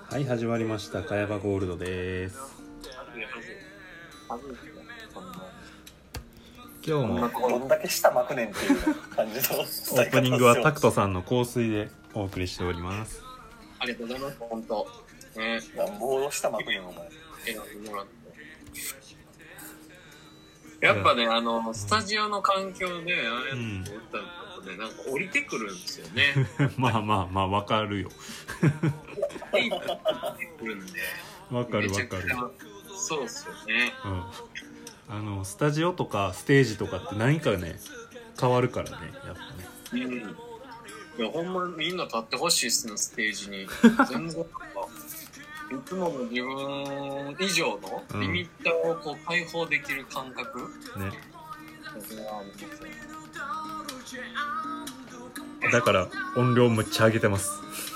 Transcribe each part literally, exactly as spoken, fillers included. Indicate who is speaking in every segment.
Speaker 1: はい、始まりました。かやばゴールドです。今日も
Speaker 2: どんだけ舌巻くねんっていう感じの
Speaker 1: オープニングはタクトさんの香水でお送りしております。
Speaker 3: ありがとうございます。本当。ね、
Speaker 2: なんぼの舌巻くねんお前。
Speaker 3: 選んでもらって。やっぱね、あのスタジオの環境でああやって歌うとね、なんか降りてくるんですよね。
Speaker 1: まあまあまあわかるよ。
Speaker 3: 降りてくるんで。
Speaker 1: わかるわかる。
Speaker 3: そうっすよね。
Speaker 1: うん。あのスタジオとかステージとかって何かね変わるからね、やっぱね。
Speaker 3: うん。いやほんまみんな立ってほしいっすね、ステージに。全然。いつもの自分以上のリミッターをこう解放できる感覚、うん、ね。
Speaker 1: だから音量むっちゃ上げてます。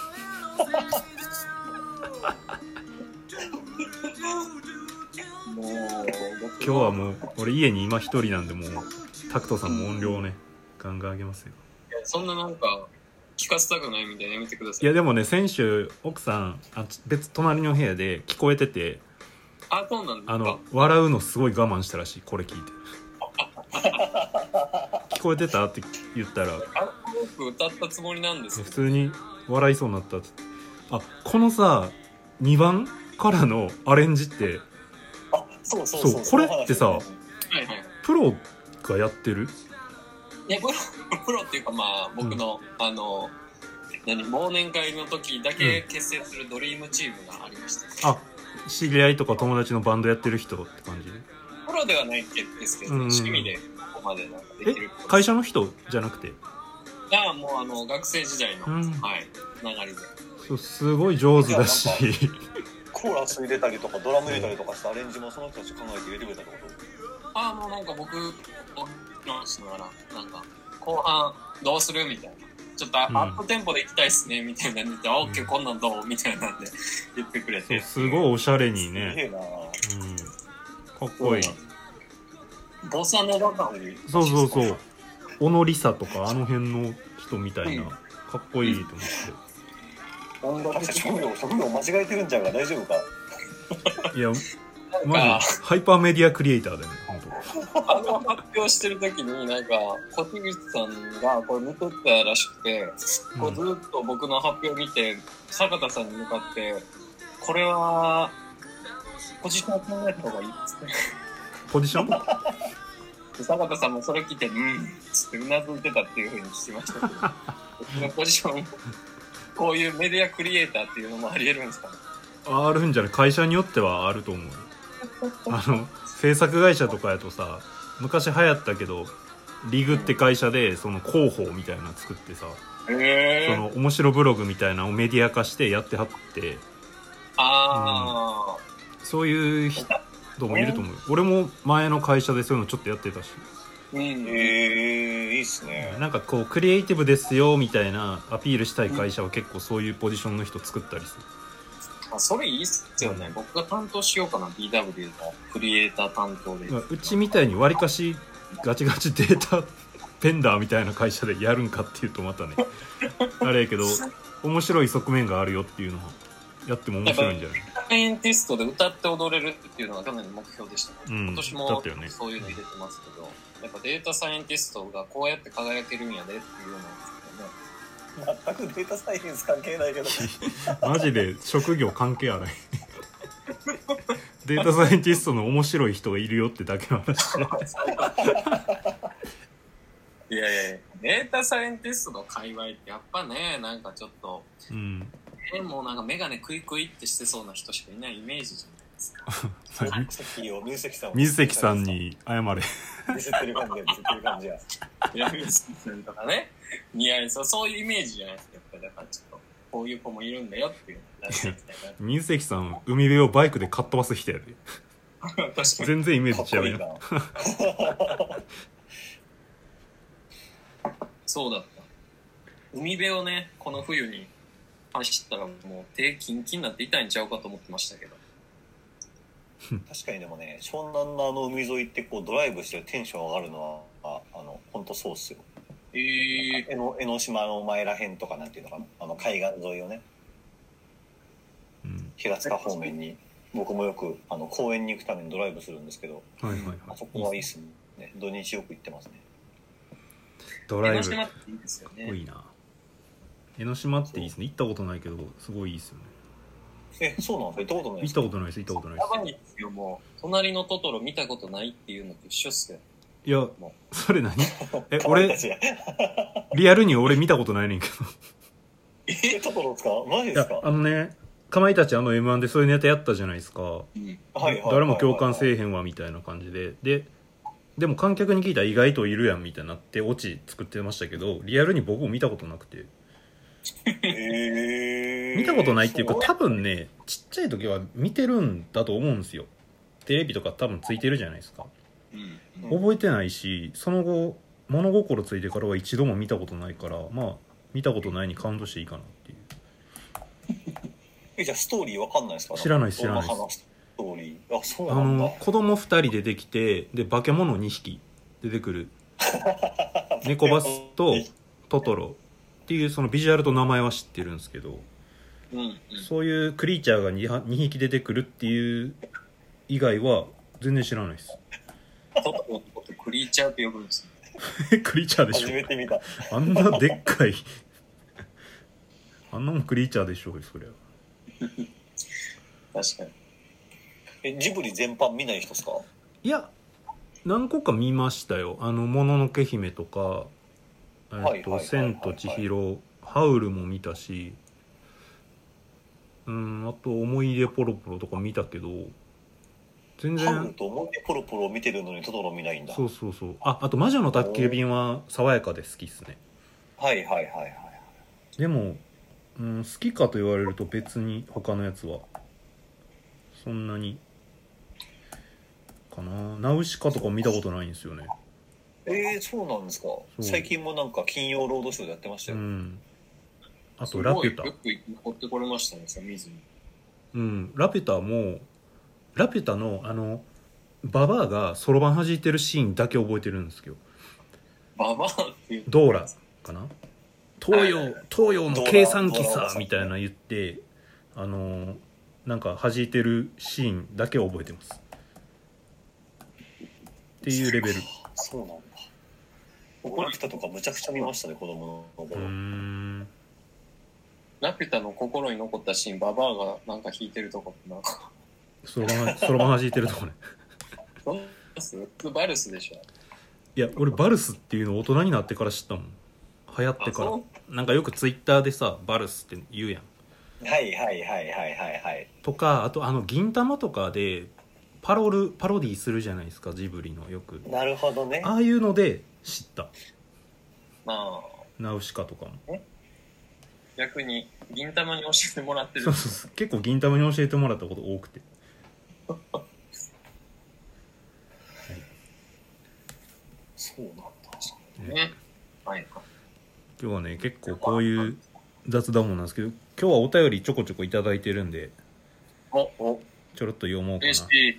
Speaker 3: もう
Speaker 1: 今日はもう俺家に今一人なんで、もうタクトさんも音量をね、うん、ガンガン上げますよ。
Speaker 3: いやそんななんか聞かせたくないみたいなやめてください。
Speaker 1: いやでもね、先週奥さんあ別隣の部屋で聞こえてて、
Speaker 3: あ、そうなんですか。
Speaker 1: あの笑うのすごい我慢したらしい。これ聞いて聞こえてたって言ったら、
Speaker 3: あ、僕歌ったつもりなんですよ。
Speaker 1: 普通に笑いそうになったって。あ、このさにばんからのアレンジって、
Speaker 2: あ、そうそうそう、
Speaker 1: そうこれってさ、はいはい、プロがやってる？
Speaker 3: いやプロプロっていうか、まあ僕の、うん、あの何忘年会の時だけ結成するドリームチームがありました、ね、
Speaker 1: うん、あ、知り合いとか友達のバンドやってる人って感じ？
Speaker 3: プロではないですけど、うん、趣味でここまでなんかできる。
Speaker 1: え、会社の人じゃなくて？
Speaker 3: ああ、もうあの学生時代の、うん、はい、流れで。
Speaker 1: そう、すごい上手だし
Speaker 2: コーラス入れたりとかドラム入れたりとかしたアレンジもその人たち考えて入れてくれたってこと？
Speaker 3: ああ、もうなんか僕のしながらなんか後半どうするみたいな、ちょっとアップテンポで行きたいっすねみたいなの言って、うん、オッケーこんなんどうみたいなんで言ってくれて、
Speaker 1: すごいおしゃれにね、
Speaker 2: すげえな、うん、
Speaker 1: かっこいい。
Speaker 3: ボサノバ感。
Speaker 1: そうそうそう、小野梨沙とかあの辺の人みたいな、うん、かっこいいと思って、
Speaker 2: うん、職業職業間違えてるんちゃうか、大丈夫か
Speaker 1: いやまずハイパーメディアクリエイターだよね、本
Speaker 3: 当。あの発表してる時になんか小口さんがこれ見てたらしくて、うん、こうずっと僕の発表見て坂田さんに向かって、これはポジション考えた方がいいっつって。
Speaker 1: ポジション
Speaker 3: 坂田さんもそれ聞いて、うんつってうなずいてたっていう風に聞きましたけど僕のポジションこういうメディアクリエイターっていうのもあり得るんですかね？
Speaker 1: あるんじゃない？会社によってはあると思う。あの制作会社とかやとさ、昔流行ったけどリグって会社でその広報みたいなの作ってさ、
Speaker 3: えー、
Speaker 1: その面白ブログみたいなのをメディア化してやってはって、
Speaker 3: あ、
Speaker 1: うん、そういう人もいると思う。俺も前の会社でそういうのちょっとやってたし、
Speaker 2: うん、えー、いいっすね。
Speaker 1: なんかこうクリエイティブですよみたいなアピールしたい会社は結構そういうポジションの人作ったりする。
Speaker 3: あ、それいいっすよね。僕が担当しようかな、 ビーダブリュー のクリエイター担当で。
Speaker 1: うちみたいに割かしガチガチデータペンダーみたいな会社でやるんかっていうとまたねあれやけど、面白い側面があるよっていうのをやっても面白いんじゃない？
Speaker 3: サイエンティストで歌って踊れるっていうのが去年の目標でした、ね、うん、今年もそういうの入れてますけど、やっぱデータサイエンティストがこうやって輝けるんやでっていうのを
Speaker 2: 全くデータサイエンス関係ないけど
Speaker 1: マジで職業関係あないデータサイエンティストの面白い人がいるよってだけの話
Speaker 3: いやいや、データサイエンティストの界隈ってやっぱね、なんかちょっと、うん、えもうなんかメガネクイクイってしてそうな人しかいないイメージじゃないですか
Speaker 2: 水
Speaker 1: 関さんに謝れ。
Speaker 2: ミスってる感じや、ミスってる感じや。
Speaker 3: いや、水関さんとかね、似合いそう、そういうイメージじゃないですか。やっぱりだからちょっとこういう子もいるんだよっていうのを出していきたいな。
Speaker 1: 水関さん海辺をバイクでかっ飛ばす人やで
Speaker 3: 確かに
Speaker 1: 全然イメージ違うやん。
Speaker 3: そうだった。海辺をね、この冬に走ったらもう手キンキンになって痛いんちゃうかと思ってましたけど
Speaker 2: 確かにでもね、湘南のあの海沿いってこうドライブしてるテンション上がるのはあの本当そうっすよ。
Speaker 3: えー、
Speaker 2: 江ノ、江ノ島の前らへんとかなんていうのかな、あの海岸沿いをね、
Speaker 1: うん、
Speaker 2: 平塚方面に僕もよくあの公園に行くためにドライブするんですけど、
Speaker 1: はいはいはい、
Speaker 2: あそこはいいっすね。土日よく行ってますね。
Speaker 1: ドライブ
Speaker 3: 江ノ島っていいですよね。
Speaker 1: いいな。江ノ島っていいですね。行ったことないけどすごいいいですよね。
Speaker 2: え、そうなんですか？行ったことないですか？
Speaker 1: 行ったことないです。行ったことないです。
Speaker 3: やばいですよ、もう。隣のトトロ見たことないっていうのと一緒っすよ。
Speaker 1: いや、それ何え、俺
Speaker 2: かまいたち
Speaker 1: リアルに俺見たことないねんけど。
Speaker 2: え、トトロですか？マジ
Speaker 1: いや
Speaker 2: ですか？
Speaker 1: あのね、かまいたちあの エムワン でそういうネタやったじゃないですか。
Speaker 3: うん。
Speaker 2: はいはいはいはい、
Speaker 1: 誰も共感せえへんわみたいな感じで、ででも観客に聞いたら意外といるやんみたいになってオチ作ってましたけど、リアルに僕も見たことなくて、
Speaker 2: えー、
Speaker 1: 見たことないっていうか、
Speaker 2: そう
Speaker 1: 多分ねちっちゃい時は見てるんだと思うんですよ。テレビとか多分ついてるじゃないですか。
Speaker 3: うん。
Speaker 2: うん
Speaker 1: 覚えてないし、その後物心ついてからは一度も見たことないから、まあ見たことないにカウントしていいかなっていう。
Speaker 2: え、じゃあストーリーわかんないですか？
Speaker 1: 知らないです知らないです。
Speaker 2: どん話ストーリー。あ、そう
Speaker 1: あ
Speaker 2: なんだ。
Speaker 1: の子供ふたり出てきて、で化け物にひき出てくる猫バスとトトロっていうそのビジュアルと名前は知ってるんですけど、
Speaker 3: うん。うん。
Speaker 1: そういうクリーチャーが 2, にひき出てくるっていう以外は全然知らないです
Speaker 3: トトロのことクリーチャーって呼ぶんですね。
Speaker 1: クリーチャーでし
Speaker 2: 初
Speaker 1: ょ、
Speaker 2: めて見た。
Speaker 1: あんなでっかいあんなもんクリーチャーでしょうよそりゃ。
Speaker 3: 確かに。
Speaker 2: え、ジブリ全般見ない人ですか？
Speaker 1: いや何個か見ましたよ。あのもののけ姫とか、えっ
Speaker 2: はいはいはいはいはい
Speaker 1: と千と千尋、ハウルも見たし、うん、あと思い出ポロポロとか見たけど全
Speaker 2: ハウル
Speaker 1: 然。
Speaker 2: と思ってポロポロ見てるのにトトロ見ないんだ。
Speaker 1: そうそうそう。あ、あと魔女の宅急便は爽やかで好きっすね。
Speaker 2: はいはいはいはい。
Speaker 1: でも、うん、好きかと言われると別に他のやつはそんなにかな。ナウシカとか見たことないんですよね。
Speaker 2: えー、そうなんですか？
Speaker 1: う
Speaker 2: 最近もなんか金曜ロードショーでやってましたよ。
Speaker 1: うん。あとラピュタ。
Speaker 3: すごいよく残ってこれましたね、さ、見ずに。
Speaker 1: うん、ラピュタもラピュタのあのババアがそろばん弾いてるシーンだけ覚えてるんですけど、
Speaker 3: ババアっていう。
Speaker 1: ドーラかな、東洋東洋の計算機
Speaker 2: ドーラ
Speaker 1: さみたいな言って、あのなんか弾いてるシーンだけ覚えてますっていうレベル。
Speaker 2: そうなんだ。僕ラピュタとかむちゃくちゃ見ましたね、子供の
Speaker 1: うー
Speaker 2: 頃。
Speaker 1: ん。
Speaker 3: ラピュタの心に残ったシーン、ババアがなんか弾いてるとこってなんか、
Speaker 1: そろばんそろばん弾いてるとこね。
Speaker 3: そんなスバルスでしょ。
Speaker 1: いや俺バルスっていうの大人になってから知ったもん。流行ってから
Speaker 3: あそ。
Speaker 1: なんかよくツイッターでさバルスって言うやん
Speaker 2: はいはいはいはいはいはい。
Speaker 1: とか、あとあの銀魂とかでパロルパロディするじゃないですか、ジブリのよく。
Speaker 2: なるほどね。
Speaker 1: ああいうので知った。
Speaker 3: まあ、
Speaker 1: ナウシカとかも。
Speaker 3: 逆に、銀玉に教えてもらってる
Speaker 1: そう。そうそう、結構銀魂に教えてもらったこと多くて。
Speaker 2: そうなんだ。
Speaker 3: ね。はいはい。
Speaker 1: 今日はね結構こういう雑談もなんですけど、今日はお便りちょこちょこいただいてるんで
Speaker 3: お、お、
Speaker 1: ちょろっと読もうかな。
Speaker 3: 嬉しい。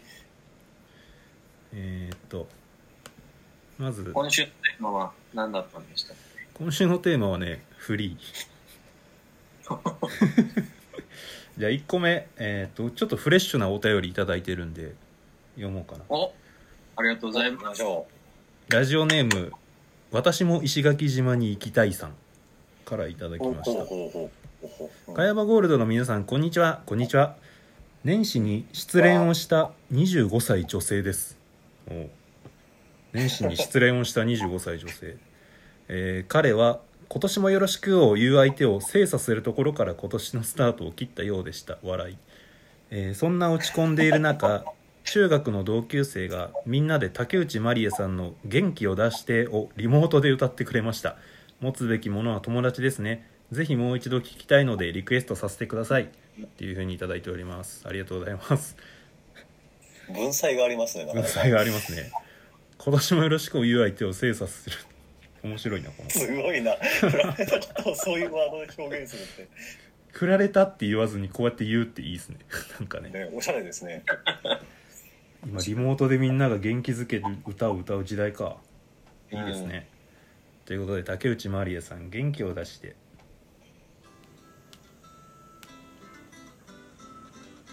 Speaker 1: えー、っとまず
Speaker 3: 今週のテーマは何だったんでしたっけ？
Speaker 1: 今週のテーマはねフリーじゃあいっこめ、えー、っとちょっとフレッシュなお便りいただいてるんで読もうかな。
Speaker 3: お、ありがとうござい
Speaker 2: 行き
Speaker 3: ま。
Speaker 2: ますしょ
Speaker 1: ラジオネーム私も石垣島に行きたいさんからいただき
Speaker 2: う。
Speaker 1: ました。
Speaker 2: ほうほうほうほう。
Speaker 1: 茅場ゴールドの皆さんこんにちは。こんにちは。年始に失恋をしたにじゅうごさい女性です。おう年始に失恋をしたにじゅうごさい女性、えー彼は今年もよろしくを言う相手を精査するところから今年のスタートを切ったようでした。笑い、えーそんな落ち込んでいる中中学の同級生がみんなで竹内まりえさんの元気を出してをリモートで歌ってくれました。持つべきものは友達ですね。ぜひもう一度聞きたいのでリクエストさせてくださいっていう風にいただいております。ありがとうございます。
Speaker 2: 文才がありますね。なかなか
Speaker 1: 文才がありますね。今年もよろしくを言う相手を精査する。面白いなこの。
Speaker 2: すごいな。振られたことをそういうワードで表現するって
Speaker 1: 振られたって言わずにこうやって言うっていいですね。なんかね、
Speaker 2: ね、おしゃれですね。
Speaker 1: 今リモートでみんなが元気づける歌を歌う時代か。いいですね。ということで竹内まりえさん元気を出して。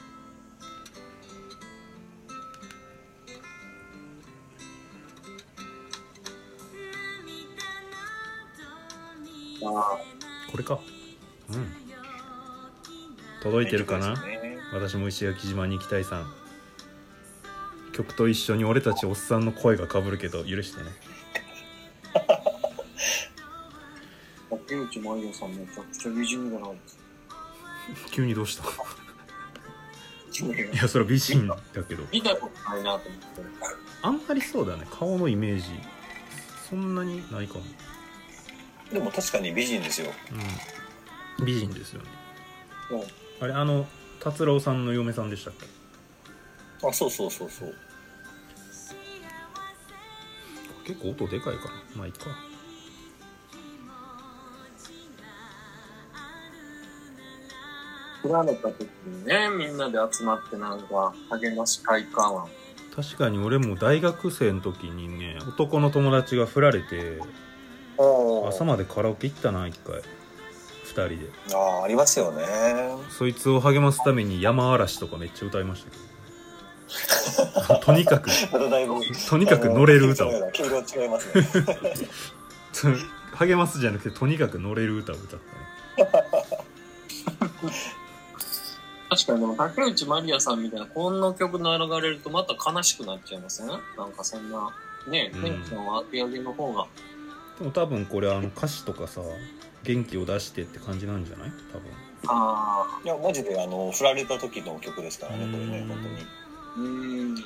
Speaker 3: あ
Speaker 1: これか。うん届いてるかな、
Speaker 2: ね、
Speaker 1: 私も石垣島に行きたいさん。曲と一緒に俺たちおっさんの声がかぶるけど許してね。
Speaker 3: 竹内まりやさんめちゃくちゃ美人だな。
Speaker 1: 急にどうした？い
Speaker 3: い
Speaker 1: やそれは美人だけど
Speaker 3: 見たことないなと思って。
Speaker 1: あんまりそうだね、顔のイメージそんなにないかも。
Speaker 2: でも確かに美人ですよ。
Speaker 1: うん美人ですよね。
Speaker 3: うん
Speaker 1: あれあの達郎さんの嫁さんでしたっけ？
Speaker 2: あ、そうそうそうそう。
Speaker 1: 結構音でかいかな。まあいいか。
Speaker 3: 振られた時にね、みんなで集まってなんか励まし会か。
Speaker 1: 確かに俺も大学生の時にね、男の友達が振られて朝までカラオケ行ったな一回ふたりで。
Speaker 2: ああ、ありますよね。
Speaker 1: そいつを励ますために山嵐とかめっちゃ歌いましたけどとにかく
Speaker 2: まただいぶ
Speaker 1: とにかく乗れる歌を
Speaker 2: 毛色違いますね。
Speaker 1: 励ますじゃなくてとにかく乗れる歌を歌ったね。
Speaker 3: 確かにでも竹内まりやさんみたいなこんな曲流れるとまた悲しくなっちゃいません？なんかそんなね、テンション上げ上げの方が。
Speaker 1: でも多分これあの歌詞とかさ元気を出してって感じなんじゃない？多分。
Speaker 3: あ
Speaker 2: いやマジであの振られた時の曲ですからね、これね、本当に。
Speaker 3: うーん。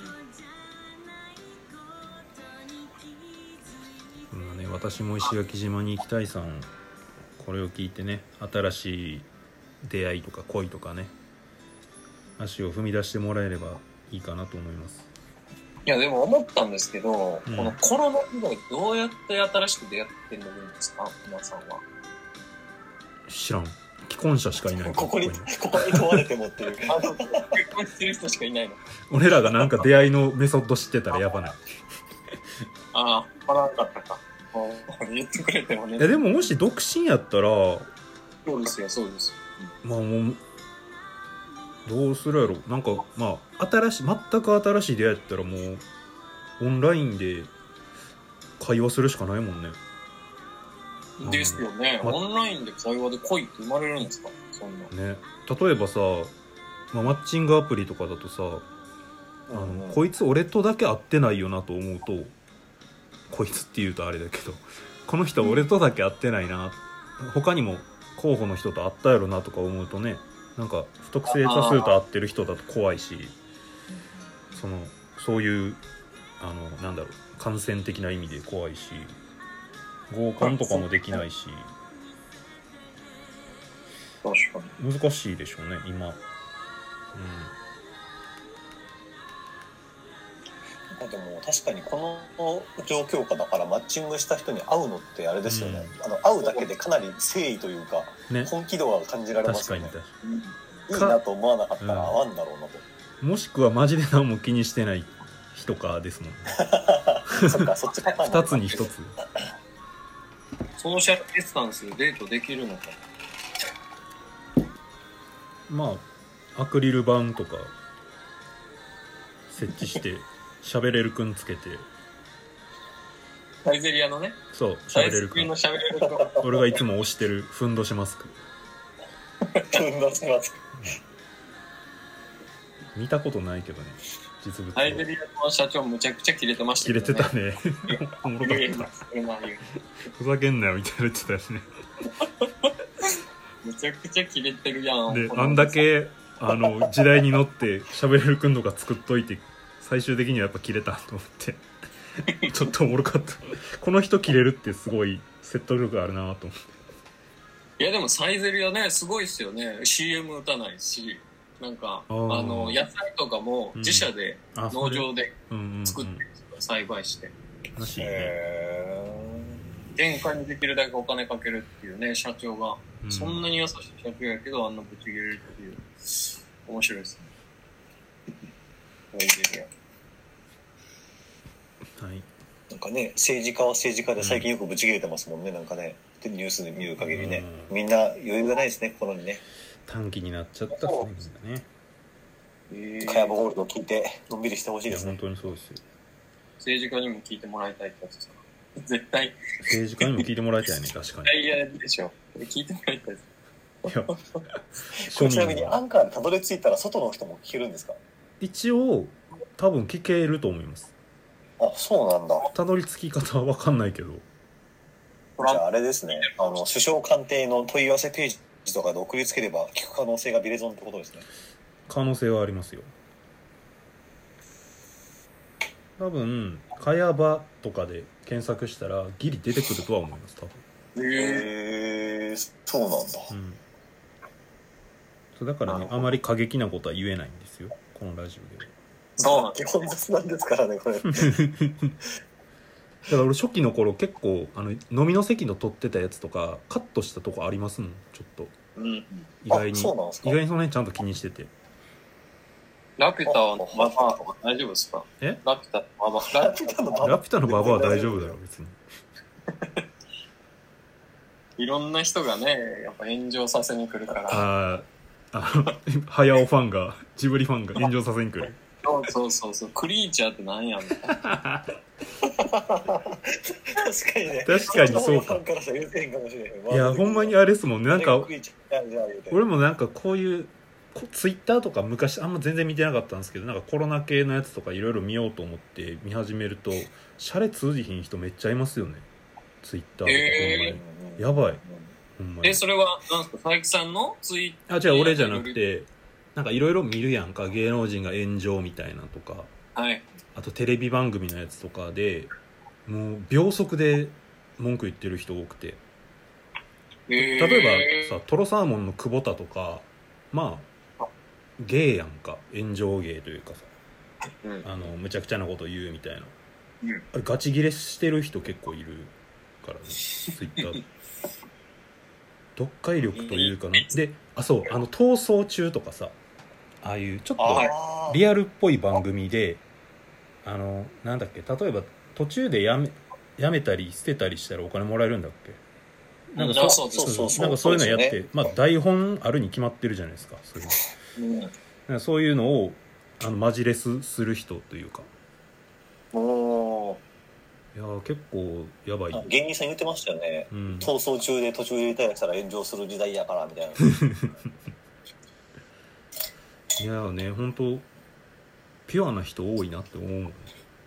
Speaker 1: そんなね、私も石垣島に行きたいさん、これを聞いてね、新しい出会いとか恋とかね、足を踏み出してもらえればいいかなと思います。
Speaker 3: いやでも思ったんですけど、
Speaker 1: うん
Speaker 3: このコロナ時代どうやって新しく出会ってるんですか、皆さんは。
Speaker 1: 知らん。既婚者しかいない。
Speaker 2: ここにここに問われてもっていう。
Speaker 3: あの結婚してる人しかいないの。
Speaker 1: 俺らがなんか出会いのメソッド知ってたらやばない。
Speaker 3: ああ、わからんかったか。言ってくれてもね。
Speaker 1: いやでももし独身やったら、
Speaker 3: そうですよ、そうですよ。
Speaker 1: まあもうどうするやろ。なんかまあ新しい全く新しい出会いやったらもうオンラインで会話するしかないもんね。
Speaker 3: ですよね、
Speaker 1: ま
Speaker 3: オンラインで会話で恋って生まれるんですか、そんな。
Speaker 1: ね。例えばさ、まあ、マッチングアプリとかだとさ、あの、
Speaker 2: うんうん、
Speaker 1: こいつ俺とだけ会ってないよなと思うと、こいつって言うとあれだけど、この人俺とだけ会ってないな、他にも候補の人と会ったやろなとか思うとね、なんか不特定多数と会ってる人だと怖いし、そのそういうあのなんだろう、感染的な意味で怖いし、合コンとかもできないし、
Speaker 3: 確かに。
Speaker 1: 難しいでしょうね今。うん。
Speaker 2: でも確かにこの状況下だからマッチングした人に会うのってあれですよね、うん、あの会うだけでかなり誠意というか、ね、本気度が感じられますよね。確かに確かに。いいなと思わなかったら会わんだろうなと、
Speaker 1: うん、もしくはマジで何も気にしてない人かですもんね。
Speaker 2: そっか、そっちパターン
Speaker 1: ふたつにひとつ。
Speaker 3: ソーシャルディスタンスでデートできるのか。
Speaker 1: まあアクリル板とか設置して喋れるくんつけて、
Speaker 3: サイゼリアのね、
Speaker 1: そう喋れるくん、俺がいつも押してるふんどしマスク
Speaker 2: ふんどしマスク
Speaker 1: 見たことないけどね、実物。
Speaker 3: サイゼリアの社長むちゃくちゃキレてましたね。
Speaker 1: キレてたね。おもろかった。ふざけんなよみたいな言ってたしね。
Speaker 3: むちゃくちゃキレてるやん。
Speaker 1: で、あんだけあの時代に乗って喋れるくんのが作っといて、最終的にはやっぱキレたと思ってちょっとおもろかった。この人キレるってすごい説得力あるなと思って。
Speaker 3: いやでもサイゼリアね、すごいっすよね。 シーエム 打たないし、なんかあの野菜とかも自社で農場で作って栽培してらしいね。原価にできるだけお金かけるっていうね、社長が、うん、そんなに優しい社長やけどあんなぶち切れるっていう、面白いですね。
Speaker 1: はい、
Speaker 2: なんかね、政治家は政治家で最近よくぶち切れてますもんね、うん、なんかね、ニュースで見る限りね、うん、みんな余裕がないですね、心にね。
Speaker 1: 短気になっちゃったっすね。
Speaker 2: 茅場ゴールドを聞いてのんびりしてほしいですね。
Speaker 1: 本当にそうですよ。
Speaker 3: 政治家にも聞いてもらいたいってやつですか。 絶対
Speaker 1: 政治家にも聞いてもらいたいね。確かに。
Speaker 3: いやでしょ。聞いてもらいたいです。
Speaker 1: いや
Speaker 2: ちなみにアンカーでたどり着いたら外の人も聞けるんですか？
Speaker 1: 一応多分聞けると思います。
Speaker 2: あ、そうなんだ。
Speaker 1: たどり着き方は分かんないけど。
Speaker 2: じゃああれですね、あの首相官邸の問い合わせページとかで送りつければ聞く可能性がビレゾンってことですね。
Speaker 1: 可能性はありますよ。多分かやばとかで検索したらギリ出てくるとは思います。多分。
Speaker 2: へえー、そうなんだ。
Speaker 1: うん。そうだからね、あまり過激なことは言えないんですよ、このラジオでは。
Speaker 3: そうなん
Speaker 2: 基本雑なんですからねこれ。
Speaker 1: だから俺初期の頃結構あの飲みの席の撮ってたやつとかカットしたとこありますもん、ちょっと。
Speaker 3: うん、
Speaker 1: 意外に意
Speaker 2: そうなんですか？
Speaker 1: 外にその辺ちゃんと気にしてて。
Speaker 3: ラピュタのババアは大丈夫ですか？
Speaker 1: え？
Speaker 3: ラピュタのババア。
Speaker 2: ラピュタのババア。
Speaker 1: ラピュタのババアは大丈夫だろ別に。
Speaker 3: いろんな人がね、やっぱ炎上させに来るから。
Speaker 1: ああ、早尾ファンがジブリファンが炎上させに来る。
Speaker 3: そうそうそうそう、クリーチャーってなんやんみたいな。
Speaker 2: 確かにね。
Speaker 1: 確かにそうか。いやほんまにあれですもんね。なんか俺もなんかこういうツイッターとか昔あんま全然見てなかったんですけど、なんかコロナ系のやつとかいろいろ見ようと思って見始めるとシャレ通じひん人めっちゃいますよね、ツイッターとか。
Speaker 3: え
Speaker 1: ー、やばいほんまに。
Speaker 3: え、それはなんですか、佐伯さんのツイッター？
Speaker 1: あ、違う、俺じゃなくてなんかいろいろ見るやんか、芸能人が炎上みたいなとか、
Speaker 3: はい、
Speaker 1: あとテレビ番組のやつとかでもう秒速で文句言ってる人多くて、
Speaker 3: えー、
Speaker 1: 例えばさトロサーモンの久保田とか、まあゲーやんか、炎上ゲーというかさ、うん、あのむちゃくちゃなこと言うみたいな、うん、あれガチギレしてる人結構いるからね、ツイッター読解力というかな。で、あ、そう、あの逃走中とかさ、ああいうちょっとリアルっぽい番組で、あのなんだっけ、例えば途中でやめやめたり捨てたりしたらお金もらえるんだっけ、なんかそうそうそう、なんかそういうのやって、まあ台本あるに決まってるじゃないですか、それ、うん、なんかそういうのをあのマジレスする人というか。
Speaker 2: お
Speaker 1: いや結構やばい。
Speaker 2: 芸人さん言ってましたよね、うん、逃走中で途中でリタイアしたら炎上する時代やからみたいな。
Speaker 1: いやね、本当ピュアな人多いなって思うもんね。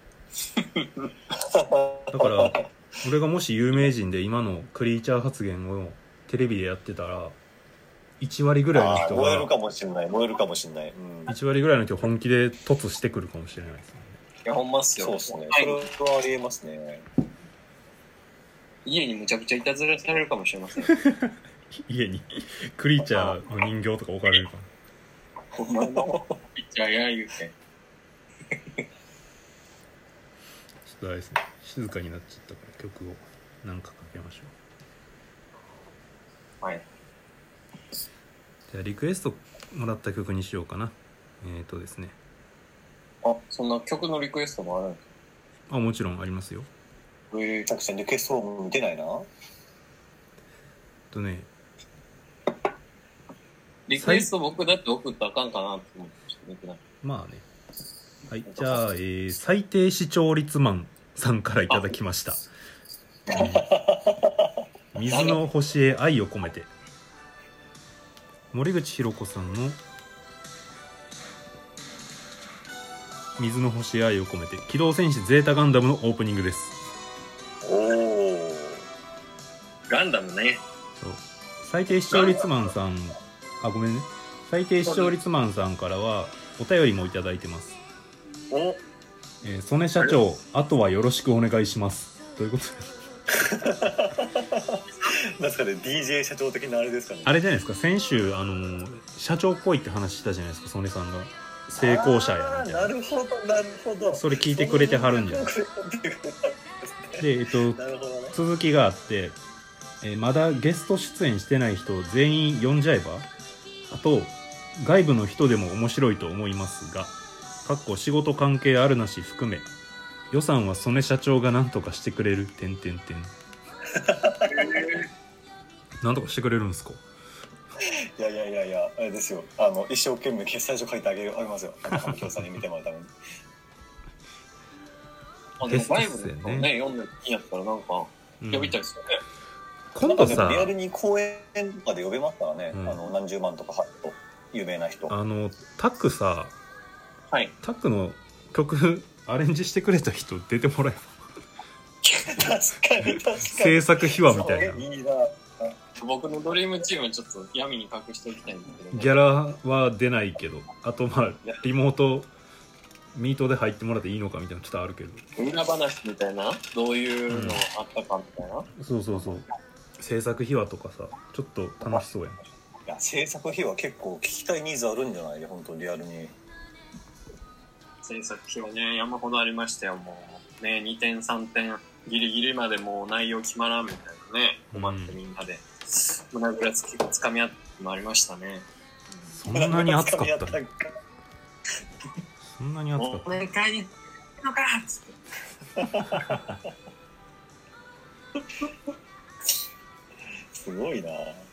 Speaker 1: だから俺がもし有名人で今のクリーチャー発言をテレビでやってたらいち割ぐらいの人が
Speaker 2: 燃えるかもしれない燃えるかもしれない、
Speaker 1: うん、いち割ぐらいの人本気で突してくるかもしれないですね。
Speaker 3: いやほんまっすよ。
Speaker 2: そうですね、それはありえますね。
Speaker 3: 家にむちゃくちゃいたずらされるかもしれません。
Speaker 1: 家にクリーチャーの人形とか置かれるかな。
Speaker 3: ほんまのクリーチャーや言うて。ち
Speaker 1: ょっとあれですね、静かになっちゃったから曲を何かかけましょ
Speaker 3: う。はい。
Speaker 1: じゃあリクエストもらった曲にしようかな。えっとですね。
Speaker 3: あ、そんな曲のリクエストもあるんですか？
Speaker 1: あ、もちろんありますよ。
Speaker 2: えー、たくさんリクエストも見てないな。
Speaker 1: とね。
Speaker 3: リクエスト僕だって送ったらあかんかなって思って見てない。
Speaker 1: まあね。はい、じゃあ、えー、最低視聴率マンさんからいただきました。うん、水の星へ愛を込めて。森口博子さんの水の星へ愛を込めて、機動戦士ゼータガンダムのオープニングです。
Speaker 2: おー、
Speaker 3: ガンダムね。
Speaker 1: そう、最低視聴率マンさん、あ、ごめんね、最低視聴率マンさんからはお便りもいただいてます。
Speaker 3: お、
Speaker 1: えー、曽根社長、あとはよろしくお願いしますということで
Speaker 2: なんかね、ディージェー 社長的なあれですかね。
Speaker 1: あれじゃないですか、先週あのー、社長っぽいって話したじゃないですか、曽根さんが成功者やみたいな。
Speaker 2: なるほどなるほど。
Speaker 1: それ聞いてくれてはるんじゃないで、えっと、ね、続きがあって、えー、まだゲスト出演してない人全員呼んじゃえば、あと外部の人でも面白いと思いますが、かっこ仕事関係あるなし含め予算は曽根社長が何とかしてくれるてんてんてん何とかしてくれるんですか。
Speaker 2: いやいやいやいや、あれですよ、あの一生懸命決済書書いてあげるあげますよ、あの京さんに見てもらうために。
Speaker 3: あでもライブでね、読んでいいんやったらなんか呼びたいですよね。
Speaker 2: うん、今度さ、リアルに公演とかで呼べますからね、うん、あの何十万とか入ると有名な人。
Speaker 1: あのタックさ、
Speaker 3: はい、
Speaker 1: タックの曲アレンジしてくれた人出てもらえば
Speaker 2: 確かに確かに
Speaker 1: 制作秘話みたいな。
Speaker 2: いいな。
Speaker 3: 僕のドリームチームちょっと闇に隠しておきたいんだけど、ね、
Speaker 1: ギャラは出ないけど、あとまあリモートミートで入ってもらっていいのかみたいなちょっとあるけど、
Speaker 3: 裏話みたいな、どういうのあったかみたいな、
Speaker 1: うん、そうそうそう、制作秘話とかさ、ちょっと楽しそうやん。い
Speaker 2: や制作秘話結構聞きたいニーズあるんじゃないで、本当リアルに。
Speaker 3: 制作秘話ね、山ほどありましたよ。もうね、にてんさんてんギリギリまでもう内容決まらんみたいなね、困ってみんなで胸ぐらつきつかみ合ってもありましたね。
Speaker 1: そんなに熱かったの？そんなに熱かった。
Speaker 3: お願いにのかっつって
Speaker 2: すごいな。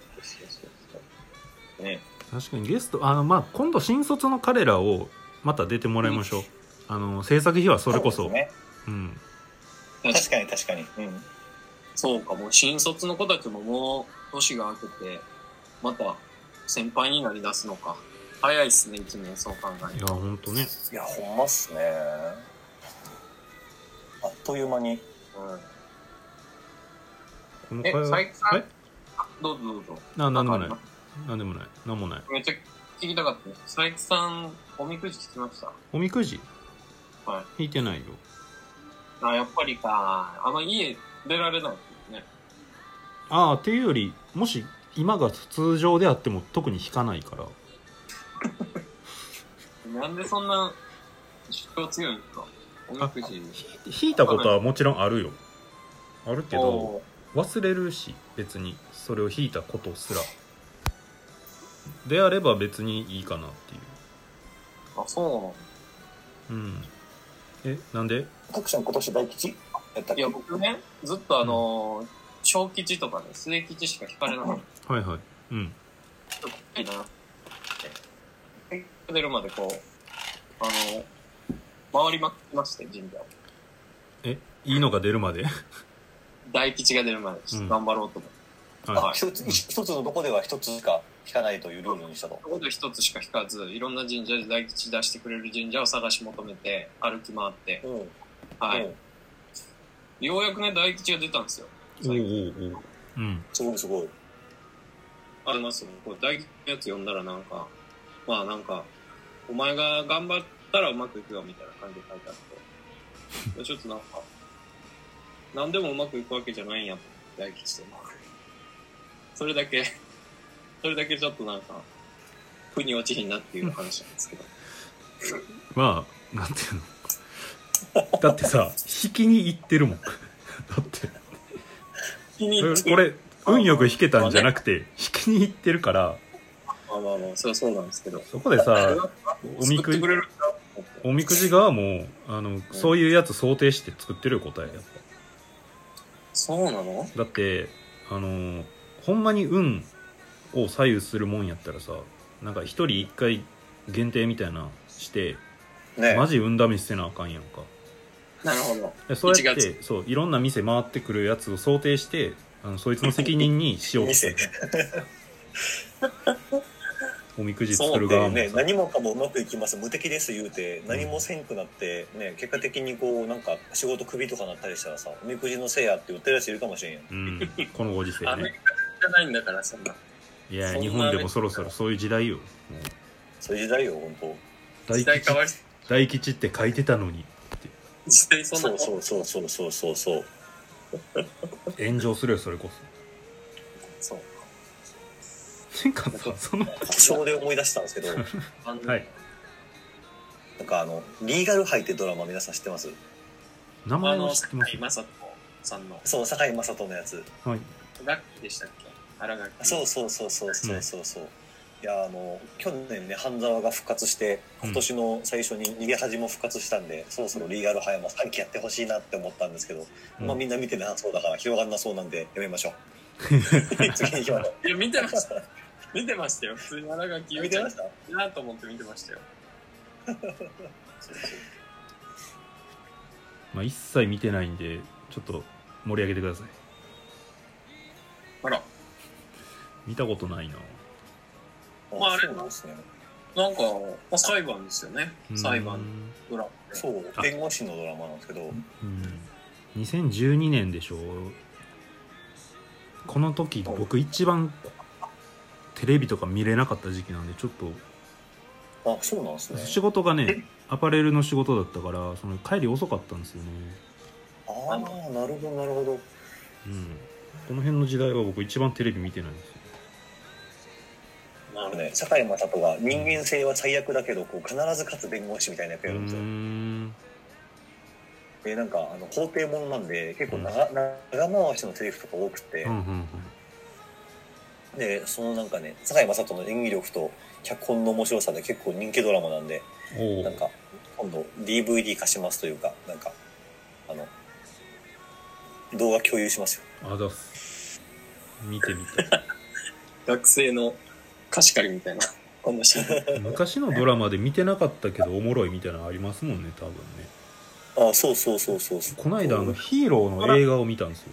Speaker 3: ね、
Speaker 1: 確かにゲスト、あのまあ今度新卒の彼らをまた出てもらいましょう。うん、あの制作費はそれこそ、そうですね、うん、
Speaker 2: 確かに確かに、うん、
Speaker 3: そうか、もう新卒の子たちももう年が明けてまた先輩になりだすのか。早いっすね、いちねん、そう考えると。
Speaker 1: いやほんとね、
Speaker 2: いやほんまっすね、あっという間に、
Speaker 3: うん、え、最近どうぞどうぞ。
Speaker 1: あ、なんでもないなんでもないなんもない。
Speaker 3: めっちゃ聞きたかったです。佐伯さんおみくじ聞きました？
Speaker 1: おみくじ？
Speaker 3: はい、
Speaker 1: 引いてないよ。
Speaker 3: あ、やっぱりか。あんま家出られないですね。
Speaker 1: ああ、っていうより、もし今が通常であっても特に引かないから
Speaker 3: なんでそんな主張強いんですか？おみくじ
Speaker 1: 引いたことはもちろんあるよ、あるけど忘れるし、別にそれを引いたことすらであれば別にいいかなっていう。
Speaker 3: あ、そうなの。
Speaker 1: うん。え、なんで？
Speaker 2: タクちゃん今年大吉やったっけ？
Speaker 3: いや僕ね、ずっとあのーうん、小吉とかね、末吉しか引かれなかった。
Speaker 1: はいはい。うん。
Speaker 3: ちょっといいな。出るまでこう、あの、回りまくってまして、神社を。
Speaker 1: え、いいのが出るまで
Speaker 3: 大吉が出るまで、ちょっと頑張ろうと思って。
Speaker 2: うん、はい、一つ、一つのとこでは一つしか引かないというルールにしたと。
Speaker 3: そこで一つしか引かず、いろんな神社で大吉出してくれる神社を探し求めて、歩き回って、うん、はい、うん。ようやくね、大吉が出たんですよ。
Speaker 1: おうおうおう。うん。
Speaker 2: すごいすごい。
Speaker 3: ありますよ。これ大吉のやつ読んだらなんか、まあなんか、お前が頑張ったらうまくいくよみたいな感じで書いてあってちょっとなんか何でもうまくいくわけじゃないんやと大吉でもそれだけそれだけちょっとなんか腑に落ちひんなっていう話なんですけど
Speaker 1: まあなんていうのだってさ引きに行ってるもんだって引きに行ってこれ運よく引けたんじゃなくて、ね、引きに行ってるから
Speaker 3: まあまあまあ、それはそうなんですけど。
Speaker 1: そこでさ、おみくじ、おみくじ側も、あの、うん、そういうやつ想定して作ってるよ、答え、やっぱ。
Speaker 3: そうなの？
Speaker 1: だって、あの、ほんまに運を左右するもんやったらさ、なんか一人一回限定みたいなして、ね、マジ運試しせなあかんやんか。
Speaker 3: なるほど。
Speaker 1: でそうやって、そう、いろんな店回ってくるやつを想定して、あのそいつの責任にしようとする。おみくじ作る側も、
Speaker 2: ね、何もかもうまくいきます無敵です言うて何もせんくなって、ね、結果的にこうなんか仕事クビとかなったりしたらさおみくじのせいやって言ってるやついるかもしれんやん、
Speaker 1: うん、このご時世ね。
Speaker 3: アメリカじゃないんだからそんな。
Speaker 1: いや日本でもそろそろそういう時代よ。もう
Speaker 2: そういう時代よ本当。
Speaker 3: 時代変わり
Speaker 1: 大吉って書いてたのにって
Speaker 3: 時代そんな
Speaker 2: そうそうそうそうそうそう
Speaker 1: 炎上するよそれこ
Speaker 3: そ。そう
Speaker 1: なんかさその
Speaker 2: 小で思い出したんですけど
Speaker 1: はい
Speaker 2: なんかあのリーガルハイってドラマ皆さん知ってます？
Speaker 1: 名前は知ってます。
Speaker 3: 堺雅人さんの。
Speaker 2: そう堺雅人のやつ。
Speaker 1: はい。
Speaker 3: ラッキーでしたっけ？新垣。
Speaker 2: そうそうそうそうそうそうそう。うん、いやあの去年ね半沢が復活して今年の最初に逃げ恥も復活したんで、うん、そろそろリーガルハイもさんきやってほしいなって思ったんですけど、うん、まあみんな見てなそうだから広がんなそうなんでやめましょう。次に行きましょう。
Speaker 3: いや見てました。見てましたよ。普通に新垣
Speaker 2: 見てました。
Speaker 3: いいなと思って見てましたよ。
Speaker 1: まあ、一切見てないんでちょっと盛り上げてください。
Speaker 3: あら、
Speaker 1: 見たことないな。
Speaker 3: まああれ
Speaker 2: そうなんですね。
Speaker 3: なんか、まあ、裁判ですよね。裁判ドラマ。
Speaker 2: そう弁護士のドラマなんですけど、
Speaker 1: うん、にせんじゅうにねんでしょ。この時僕一番テレビとか見れなかった時期なんでちょっと、
Speaker 2: あ、そうなんですね。
Speaker 1: 仕事がねアパレルの仕事だったからその帰り遅かったんですよね。
Speaker 2: ああ、なるほどなるほど。
Speaker 1: うん、この辺の時代は僕一番テレビ見てないんですよ。
Speaker 2: なるほどね。堺雅人が人間性は最悪だけどこう必ず勝つ弁護士みたいな役やるんですよ。でなんかあの法廷ものなんで結構 長,、うん、長回しのセリフとか多くて、うんうんうん、でそのなんかね堺雅人の演技力と脚本の面白さで結構人気ドラマなんで、なんか今度 ディーブイディー 貸しますというかなんかあの動画共有しますよ。
Speaker 1: あだす見てみて
Speaker 3: 学生の貸し借りみたいなこんな
Speaker 1: 昔のドラマで見てなかったけどおもろいみたいなのありますもんね多分ね。
Speaker 2: あ、そうそうそうそうそう。
Speaker 1: この間あのヒーローの映画を見たんですよ。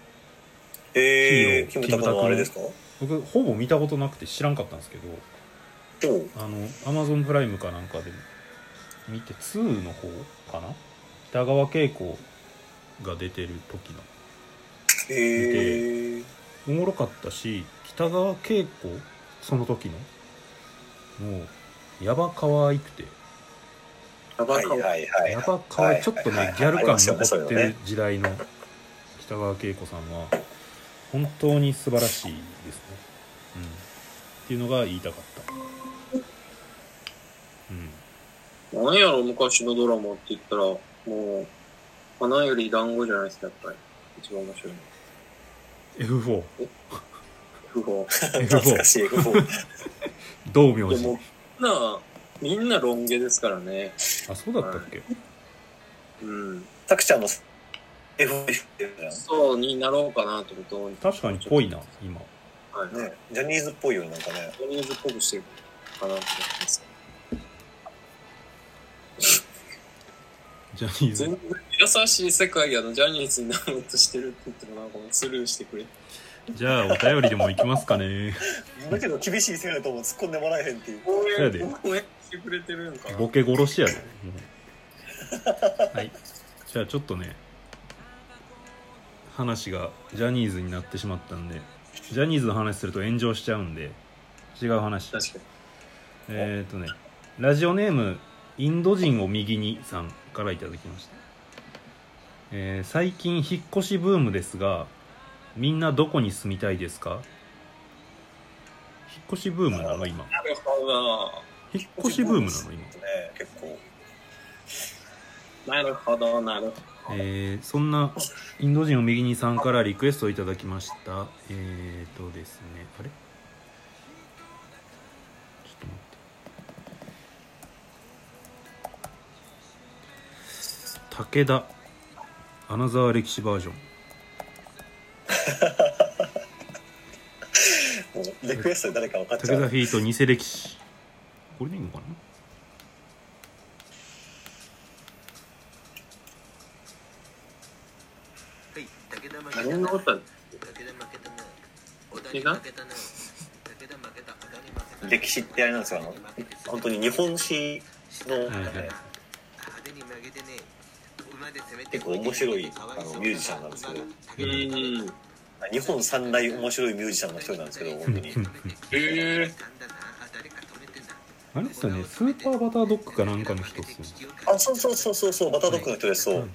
Speaker 2: えー、キムタクのあれですか？
Speaker 1: 僕ほぼ見たことなくて知らんかったんですけど、あのアマゾンプライムかなんかで見てにの方かな、北川景子が出てる時の
Speaker 2: えー、
Speaker 1: 見ておもろかったし、北川景子その時のもうやば可愛くて、
Speaker 3: やばかわいい、
Speaker 1: やばかわいい、ちょっとねギャル感残ってる時代の北川景子さんは本当に素晴らしいですね、うん、っていうのが言いたかった。
Speaker 3: うん、何やろ昔のドラマって言ったらもう花より団子じゃないですか、やっぱり一番面白いの
Speaker 1: エフフォー
Speaker 3: エフフォー
Speaker 2: 懐かしい エフフォー
Speaker 1: 道明寺。
Speaker 3: でもみんなみんなロン毛ですからね。
Speaker 1: あ、そうだったっけ、はい、
Speaker 3: うん。
Speaker 2: タクちゃんの エフエフ
Speaker 3: そうになろうかなと思って。
Speaker 1: 確かにぽいな今。
Speaker 2: はいね、ジャニーズっぽいよね、なんかね。
Speaker 3: ジャニーズっぽくしてるかなと思ってます。
Speaker 1: ジャニーズ。
Speaker 3: 全然優しい世界やのジャニーズになろうとしてるって言ってもなんかもうスルーしてくれ。
Speaker 1: じゃあお便りでも行きますかね。
Speaker 2: だけど厳しいせやとも突っ込んでもらえへんっていう。
Speaker 3: 応援してくれてるんかな。
Speaker 1: ボケ殺しやで。はい。じゃあちょっとね話がジャニーズになってしまったんで、ジャニーズの話すると炎上しちゃうんで違う話。
Speaker 3: 確かに。
Speaker 1: えっとねラジオネームインド人を右にさんからいただきました。えー、最近引っ越しブームですがみんなどこに住みたいですか？引っ越しブームなの今。
Speaker 3: なるほど。
Speaker 1: 引っ越しブームなの今。
Speaker 2: ね、結構。
Speaker 3: なるほどなるほど。
Speaker 1: えー、そんなインド人を右にさんからリクエストをいただきました。えーとですね、あれ？ちょっと待って。武田アナザー歴史バージョン。
Speaker 2: もうリクエストで誰か分かっちゃう。
Speaker 1: 武田フィート偽歴史。これでいいのかな？
Speaker 3: 何のことだ？
Speaker 2: 歴史ってあれなんですよ、あの本当に日本史の、ね、はいはい、結構面白いあのミュージシャンなんですけど、うん、日本三大面白いミュージシャンの一人なんですけど、本当に。へ
Speaker 3: え。
Speaker 1: あれですよね、スーパーバタードッグかなんかの人っすよね。
Speaker 2: あ、そうそうそうそうそう、バタードッグの人です。そう、はい、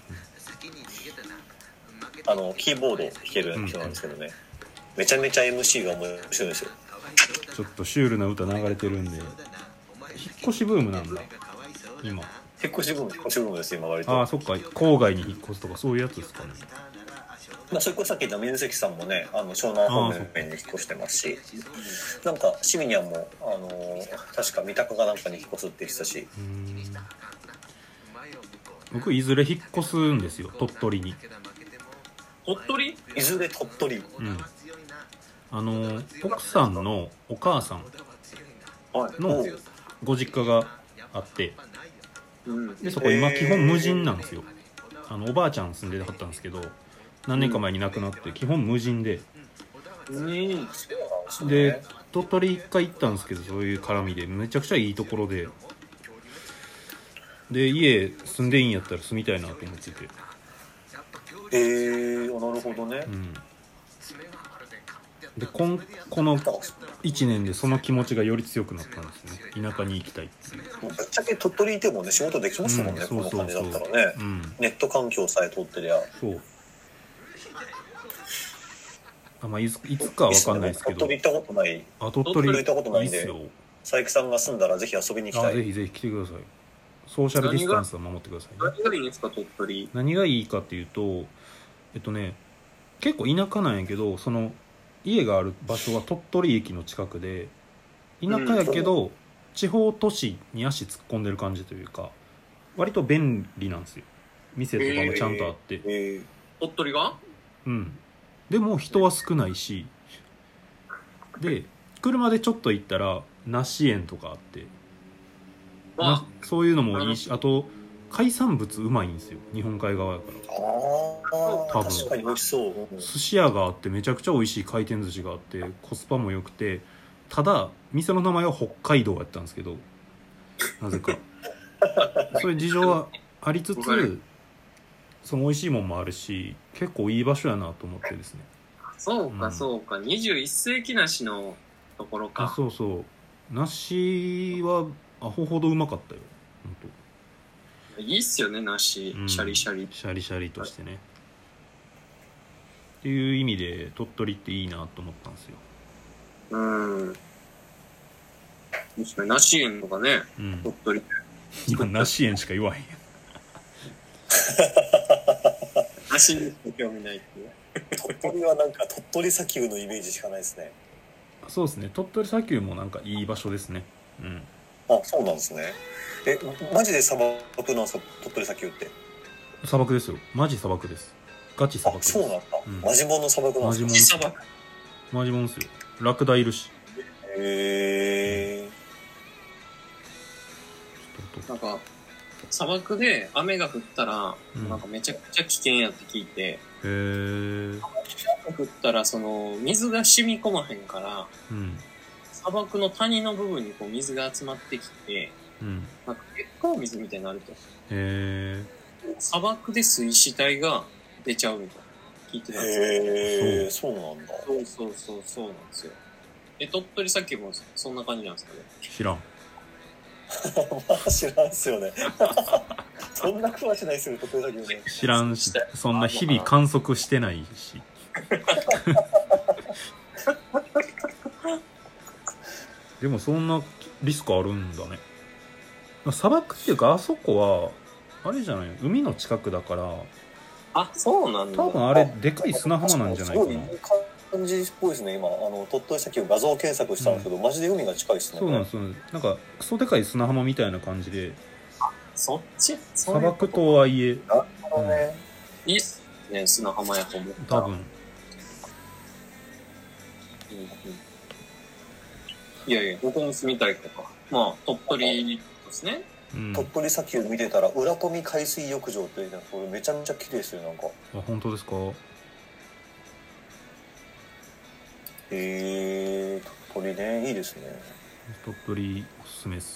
Speaker 2: あのキーボード弾ける人なんですけどね、うん、めちゃめちゃ エムシー が面白いんですよ。
Speaker 1: ちょっとシュールな歌流れてるんで、引っ越しブームなんだ今。
Speaker 2: 引っ越しブーム、引っ越しブームです今割と。
Speaker 1: ああ、そっか、郊外に引っ越すとかそういうやつですかね。
Speaker 2: まあ、それこそさっき言った水関さんもね、あの湘南方面に引っ越してますし、なんかシミニャンも、あのー、確か三鷹かなんかに引っ越すって言ってたし。うーん、
Speaker 1: 僕いずれ引っ越すんですよ、鳥取に。
Speaker 3: 鳥取？
Speaker 2: いずれ鳥取。うん。
Speaker 1: あの奥さんのお母さんのご実家があって、でそこ今基本無人なんですよ。 あのおばあちゃん住んではったんですけど何年か前に亡くなって基本無人で、
Speaker 3: うん、
Speaker 1: で鳥取一回行ったんですけどそういう絡みでめちゃくちゃいいところでで家住んでいいんやったら住みたいなと思ってて。
Speaker 2: えー、なるほどね、
Speaker 1: うん、でこんこのいちねんでその気持ちがより強くなったんですね。田舎に行きたいっていう。
Speaker 2: ぶっちゃけ鳥取いてもね仕事できますもんね、うん、この感じだったらね、うん、ネット環境さえ通ってりゃ
Speaker 1: そうあ、まあ、いつ、いつかは分かんないですけど
Speaker 2: 鳥取行ったことない
Speaker 1: あ鳥取
Speaker 2: 行ったことないんで佐伯さんが住んだらぜひ遊びに行きたい。
Speaker 1: あぜひぜひ来てください。ソーシャルディスタンスは守ってくださいね。
Speaker 3: 何がいいんですか鳥取。
Speaker 1: 何がいいかっていうとえっとね結構田舎なんやけどその家がある場所は鳥取駅の近くで田舎やけど、うん、地方都市に足突っ込んでる感じというか割と便利なんですよ。店とかもちゃんとあって、
Speaker 3: えーえー、鳥取が
Speaker 1: うんでも人は少ないしで車でちょっと行ったら梨園とかあってなそういうのもいいしあと海産物うまいんですよ日本海側やから
Speaker 2: あ多分確かに美味しそう、うん、
Speaker 1: 寿司屋があってめちゃくちゃ美味しい回転寿司があってコスパも良くてただ店の名前は北海道やったんですけどなぜかそういう事情はありつつその美味しいもんもあるし結構いい場所やなと思ってですね。
Speaker 3: そうかそうか、うん、にじゅういっ世紀梨のところか。
Speaker 1: あそうそう梨はアホほどうまかったよ本当。
Speaker 3: いいっすよね梨、うん、シャリシャリ
Speaker 1: シャリシャリとしてね、はい、っていう意味で鳥取っていいなと思ったんですよ。
Speaker 3: うん確かに梨園とかね、うん、鳥取
Speaker 1: 今梨園しか言わへんやん
Speaker 3: 梨に興味ないっていう
Speaker 2: 鳥取はなんか鳥取砂丘のイメージしかないですね。
Speaker 1: そうですね鳥取砂丘もなんかいい場所ですね。うん
Speaker 2: あそうなんですね。えマジで砂漠なんですか鳥取砂丘って。
Speaker 1: 砂漠ですよマジ砂漠ですガチ砂漠です。
Speaker 2: そうなんだ、うん、マジモンの砂漠なんですか。
Speaker 1: マジモンマジモンですよラクダいるし。
Speaker 2: へえ
Speaker 3: ー、なんか砂漠で雨が降ったら、うん、なんかめちゃくちゃ危険やって聞いて、へ
Speaker 1: ー
Speaker 3: 降ったらその水が染み込まへんから、うん、砂漠の谷の部分にこう水が集まってきて、うん、なんか結構水みたいになると。
Speaker 1: へ
Speaker 3: ー砂漠で水死体が出ちゃうみたいな聞いてたんです
Speaker 2: へえそうなんだ。
Speaker 3: そうそうそうそうなんですよ。え鳥取砂丘もそんな感じなんですかね。
Speaker 1: 知らん
Speaker 2: まあ知らんっすよねそんな詳しないですよ鳥取砂丘ね。
Speaker 1: 知らんしそんな日々観測してないしでもそんなリスクあるんだね。砂漠っていうかあそこはあれじゃない海の近くだから
Speaker 3: あそうなんだ。
Speaker 1: 多分あれでかい砂浜なんじゃないかな。
Speaker 2: 感じっぽいですね。今あの鳥取砂丘画像検索したんですけど、うん、マジで海が近いですね。
Speaker 1: そうなんですよ。なんかクソでかい砂浜みたいな感じで
Speaker 3: そっち
Speaker 1: 砂漠とはいえ
Speaker 2: なるほどね、
Speaker 3: うん、いいっすね砂浜やと思った
Speaker 1: 多分、うんうん、
Speaker 3: いやいやどこに住みたいとかまあ鳥取ですね、
Speaker 2: うん、鳥取砂丘見てたら浦富海水浴場っていうのこれめちゃめちゃ綺麗ですよ。なんか
Speaker 1: あ本当ですか。
Speaker 2: へえ鳥取ねいいですね。
Speaker 1: 鳥取おすすめです。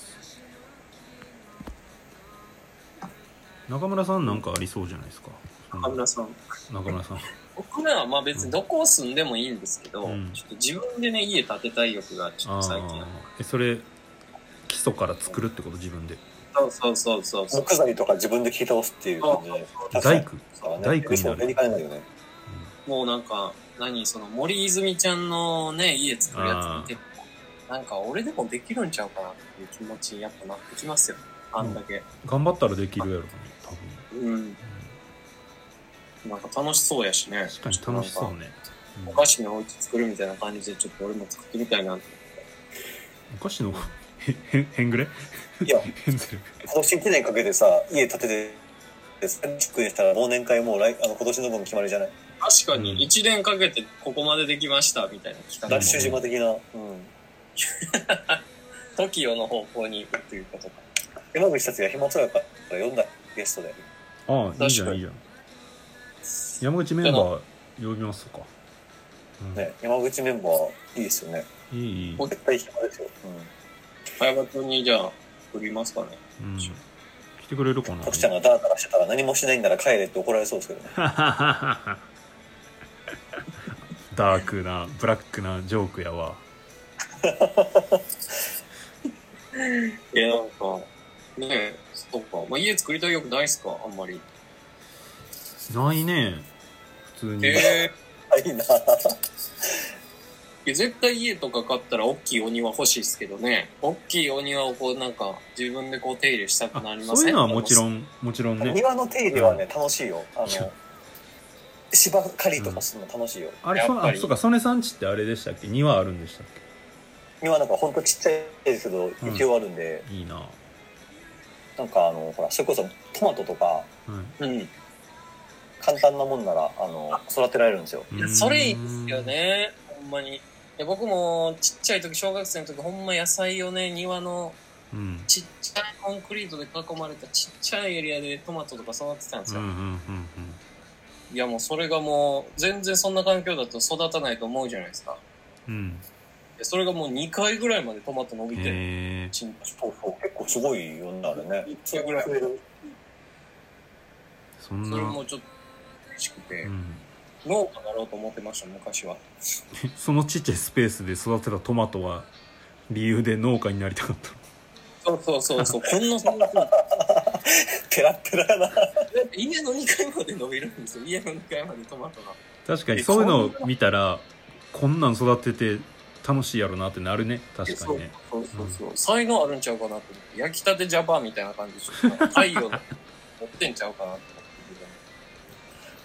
Speaker 1: 中村さんなんかありそうじゃないですか。
Speaker 3: 中村さん
Speaker 1: 中村さん
Speaker 3: 僕らはまあ別にどこを住んでもいいんですけど、うん、ちょっと自分でね家建てたい欲がちょっと最近あ
Speaker 1: えそれ基礎から作るってこと自分で。
Speaker 3: そうそうそうそうそう
Speaker 2: 木材とか自分で切り倒すっていう感じで
Speaker 1: 大工大工になる、
Speaker 2: ね
Speaker 3: うん、もうなんか何その森泉ちゃんのね家作るやつ見てなんか俺でもできるんちゃうかなっていう気持ちやっぱなってきますよ。あんだけ、うん、
Speaker 1: 頑張ったらできるやろね多分、うん
Speaker 3: うん、なんか楽しそうやしね。
Speaker 1: 確かに楽しそうね、
Speaker 3: うん、お菓子のお家作るみたいな感じでちょっと俺も作ってみたいなって。
Speaker 1: お菓子のへんへんぐれ
Speaker 2: いや今年いちねんかけてさ家建ててさんじゅっくにしたら忘年会もう来あの今年の分決まりじゃない。
Speaker 3: 確かにいちねんかけてここまでできましたみたいな企画
Speaker 2: ダッシュ島的な、うん、
Speaker 3: トキオの方向に行くっていうことか。
Speaker 2: 山口達也暇そうやから呼んだゲストで
Speaker 1: ああいいじゃんいいじゃん。山口メンバー呼びますか、
Speaker 2: うんね、山口メンバーいいですよね。
Speaker 1: いいいい
Speaker 2: 絶対暇ですよ。
Speaker 3: 早場君にじゃあ振りますかね、
Speaker 1: うん、来てくれるかな。
Speaker 2: 徳ちゃんがダラダラしてたら何もしないんなら帰れって怒られそうですけどね
Speaker 1: ダークなブラックなジョークやわ
Speaker 3: いやなんかねえそうか、まあ、家作りたい欲ないっすかあんまり。
Speaker 1: ないね普通に。
Speaker 3: え
Speaker 2: ー、いいな。
Speaker 3: いや絶対家とか買ったら大きいお庭欲しいですけどね。大きいお庭をこうなんか自分でこう手入れしたくなりません？
Speaker 1: そういうのはもちろんもちろんね。
Speaker 2: 庭の手入れはね、うん、楽しいよ。あの芝刈りとかするの楽しいよ、
Speaker 1: うん、あれそあそうか曽根さんちってあれでしたっけ、庭あるんでしたっけ。
Speaker 2: 庭なんかほんとちっちゃいですけど一応あるんで、
Speaker 1: うん、いいな。
Speaker 2: なんかあのほらそれこそトマトとか、
Speaker 3: うん、
Speaker 2: 簡単なもんならあの育てられるんですよ。
Speaker 3: いやそれいいですよねほんまに。いや僕もちっちゃい時小学生の時ほんま野菜をね庭のちっちゃいコンクリートで囲まれたちっちゃいエリアでトマトとか育ててたんですよ、うんうんうんうん、いやもうそれがもう全然そんな環境だと育たないと思うじゃないですか、うん、それがもうにかいぐらいまでトマト伸びてる。
Speaker 2: そうそう結構すごいよねあれね。いっかいぐらい
Speaker 1: そんな
Speaker 3: それもちょっと嬉しくて、うん、農家だろうと思ってました昔は
Speaker 1: そのちっちゃいスペースで育てたトマトは理由で農家になりたかった。
Speaker 3: そうそうそうそうこんなそんな
Speaker 2: ペラペラやな
Speaker 3: 家のにかいまで伸びるんですよ。家のにかいまでトマトが。
Speaker 1: 確かにそういうのを見たらこんなん育てて楽しいやろなってなるね。確かにね。
Speaker 3: そうそうそうそう、うん、才能あるんちゃうかなと思って、焼きたてジャパンみたいな感じで太陽持ってんちゃうかなと思って。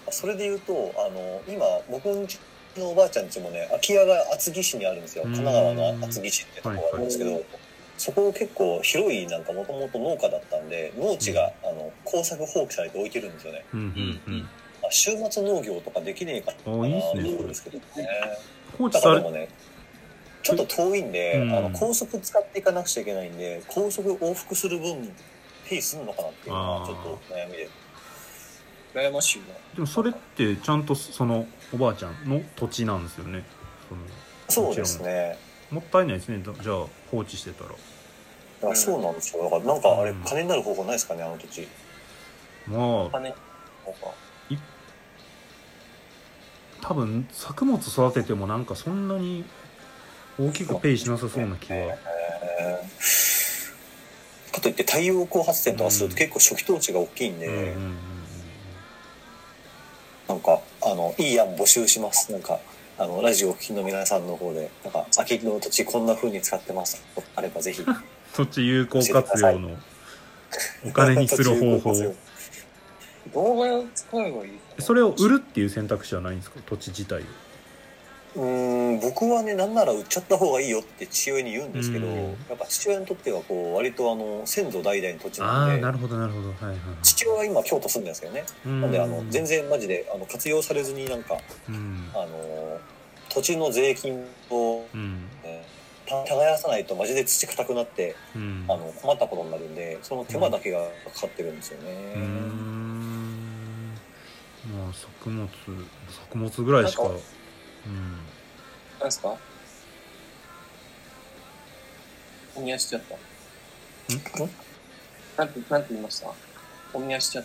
Speaker 2: それで言うとあの今僕のおばあちゃん家もね空き家が厚木市にあるんですよ。神奈川の厚木市ってとこがあるんですけど、はいはい、そこ結構広いなんかもともと農家だったんで農地が、うん、あの耕作放棄されて置いてるんですよね、うんうんうん、週末農業とかできねえかなと思うんですけどね。だからでもねちょっと遠いんで、うん、あの高速使っていかなくちゃいけないんで高速往復する分ペースするのかなっていうのはちょっと悩みで。
Speaker 3: 悩ましいな。
Speaker 1: でもそれってちゃんとそのおばあちゃんの土地なんですよね。
Speaker 2: そのそうですね。
Speaker 1: もったいないですね。じゃあ放置してたら。
Speaker 2: だからそうなんですよ。だからなんかあれ、うん、金になる方法ないですかねあの土地。
Speaker 1: まあ金多分作物育ててもなんかそんなに大きくペイしなさそうな気は、え
Speaker 2: ー、かといって太陽光発電とかすると結構初期投資が大きいんで、うんうんうんうん、なんかあのいい案募集します。なんかあのラジオを聴きの皆さんの方でなんか空きの土地こんな風に使ってますとあればぜひ
Speaker 1: 土地有効活用のお金にする方法
Speaker 3: どうやって使えばいいかな。
Speaker 1: それを売るっていう選択肢はないんですか土地自体を。
Speaker 2: うーん僕はねなんなら売っちゃった方がいいよって父親に言うんですけど、やっぱ父親にとってはこう割とあの先祖代々の土地なんで。
Speaker 1: ああなるほどなるほど、はいはい、
Speaker 2: 父親は今京都住んでるんですけどね。なんであの全然マジであの活用されずになんか、うん、あの土地の税金を、うんえー、耕さないとマジで土硬くなって、うん、あの困ったことになるんでその手間だけがかかってるんですよね。うん、
Speaker 1: まあ作物作物ぐらいしか。うん、
Speaker 3: 何ですか？お見合いしちゃった。ん？なんて、なんて言いました？お見合いしちゃって。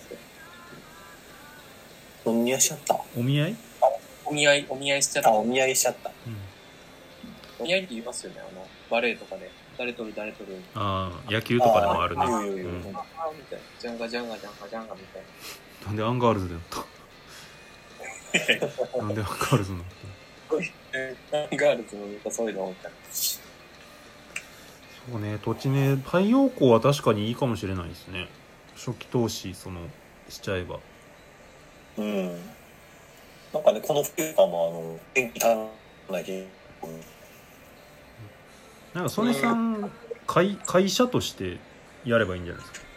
Speaker 2: お見合いしちゃった。
Speaker 1: お見合い？
Speaker 3: お見合い、お見合いしちゃった。
Speaker 2: あ、お見合いしちゃった。うん、
Speaker 3: お見合いって言いますよね。あのバレーとかで誰取る誰取る。
Speaker 1: ああ、野球とかでもあるね。ああ、
Speaker 3: うん、みたいな。ジャンガジャンガジャンガジャンガみたい
Speaker 1: な。なんでアンガールズでやったなんでアンガールズなの？
Speaker 3: アンガールズの歌そういうのみたいな。
Speaker 1: そうね、土地ね、太陽光は確かにいいかもしれないですね。初期投資そのしちゃえば。
Speaker 2: うん。なんかねこの冬間もあの電気足らない日。
Speaker 1: なんか曽根さん、うん、会会社としてやればいいんじゃないですか。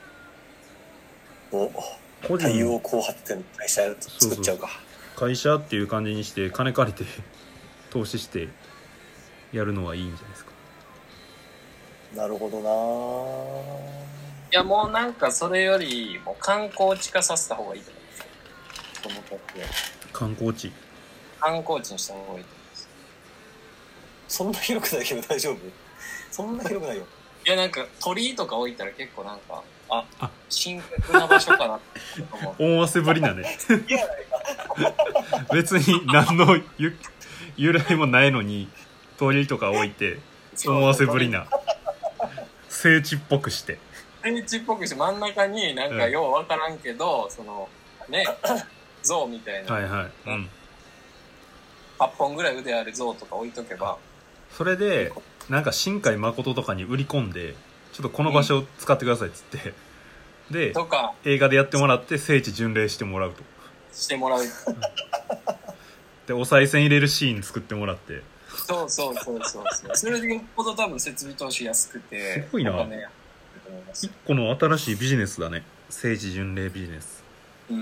Speaker 2: お、太陽光発電会社作っちゃうか。そうそう
Speaker 1: そう会社っていう感じにして金借りて投資してやるのはいいんじゃないですか。
Speaker 2: なるほどな。
Speaker 3: やもうなんかそれよりもう観光地化させた方がいいと思いますよ。その時は
Speaker 1: 観光地
Speaker 3: 観光地にした方がいいと思います。
Speaker 2: そんな広くないけど大丈夫？そんな広くないよ。
Speaker 3: いやなんか鳥居とか置いたら結構なんかああ深刻な場所かなって思う。
Speaker 1: 思わせぶりなね
Speaker 2: いやないか。
Speaker 1: 別に何の由由来もないのに鳥居とか置いて思わせぶりな聖地っぽくして
Speaker 3: 聖地っぽくして真ん中になんかようわからんけど、うん、そのね象みたいな、
Speaker 1: はいはい、うん、
Speaker 3: はっぽんぐらい腕ある象とか置いとけば、
Speaker 1: それでなんか新海誠とかに売り込んでちょっとこの場所を使ってくださいっつって、うん、で
Speaker 3: とか
Speaker 1: 映画でやってもらって聖地巡礼してもらうと
Speaker 3: してもらう
Speaker 1: でお賽銭入れるシーン作ってもらって、
Speaker 3: そうそうそうそうそうそれでよっぽど多分設備投資安くて
Speaker 1: すごいな、ね、一個の新しいビジネスだね、聖地巡礼ビジネス。
Speaker 3: うん、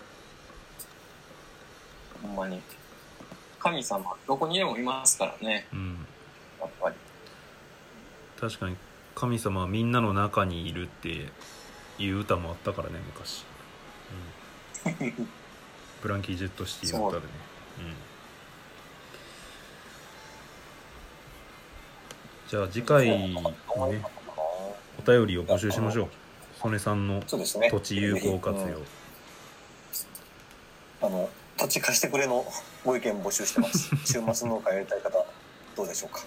Speaker 3: ほんまに神様どこにでもいますからね、うん、やっぱり
Speaker 1: 確かに神様はみんなの中にいるっていう歌もあったからね昔、うん、ブランキー・ジェット・シティの歌でね、うん、じゃあ次回にねお便りを募集しましょう。曽根さんの土地有効活用、ね、
Speaker 2: うん、あの土地貸してくれのご意見募集してます週末農家やりたい方どうでしょうか。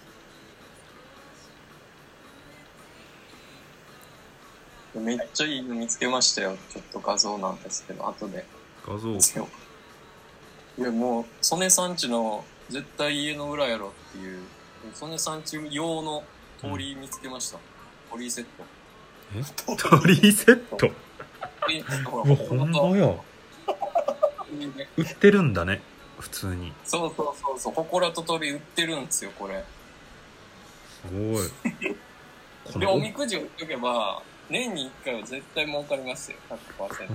Speaker 3: めっちゃいいの見つけましたよ。ちょっと画像なんですけど後で
Speaker 1: 画像
Speaker 3: いやもう曽根さんちの絶対家の裏やろっていう曽根さんち用の鳥居見つけました、うん、鳥居セット。
Speaker 1: え鳥居セットうわほんまや売ってるんだね普通に。
Speaker 3: そうそうそうそう、祠と鳥居売ってるんですよこれ。
Speaker 1: すごい
Speaker 3: でおみくじを売っとけば年にいっかいは絶対儲かりますよ ひゃくパーセント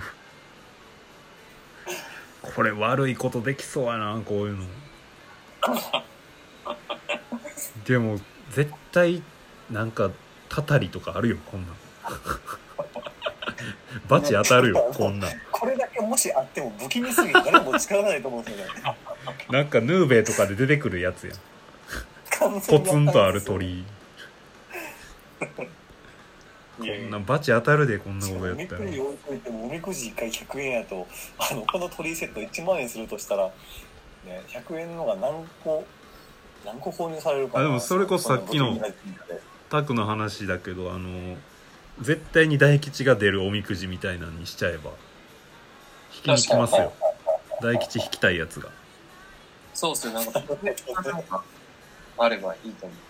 Speaker 1: これ悪いことできそうやなこういうのでも絶対なんかたたりとかあるよこんなんバチ当たるよこんなん。
Speaker 2: これだけもしあっても不気味すぎて誰も使わないと思うんですよね
Speaker 1: なんかヌーベイとかで出てくるやつやんポツンとある鳥居こんなバチ当たるでこんなことやったら。おみくじ置いといても
Speaker 2: おみくじいっかいひゃくえんやとあのこの鳥居セットいちまんえんするとしたら、ね、ひゃくえんのが何個何個購入されるかな。
Speaker 1: あでもそれこそさっきのタクの話だけどあの絶対に大吉が出るおみくじみたいなのにしちゃえば引きに来ますよ大吉引きたいやつが。
Speaker 3: そうっすよなんかあればいいと思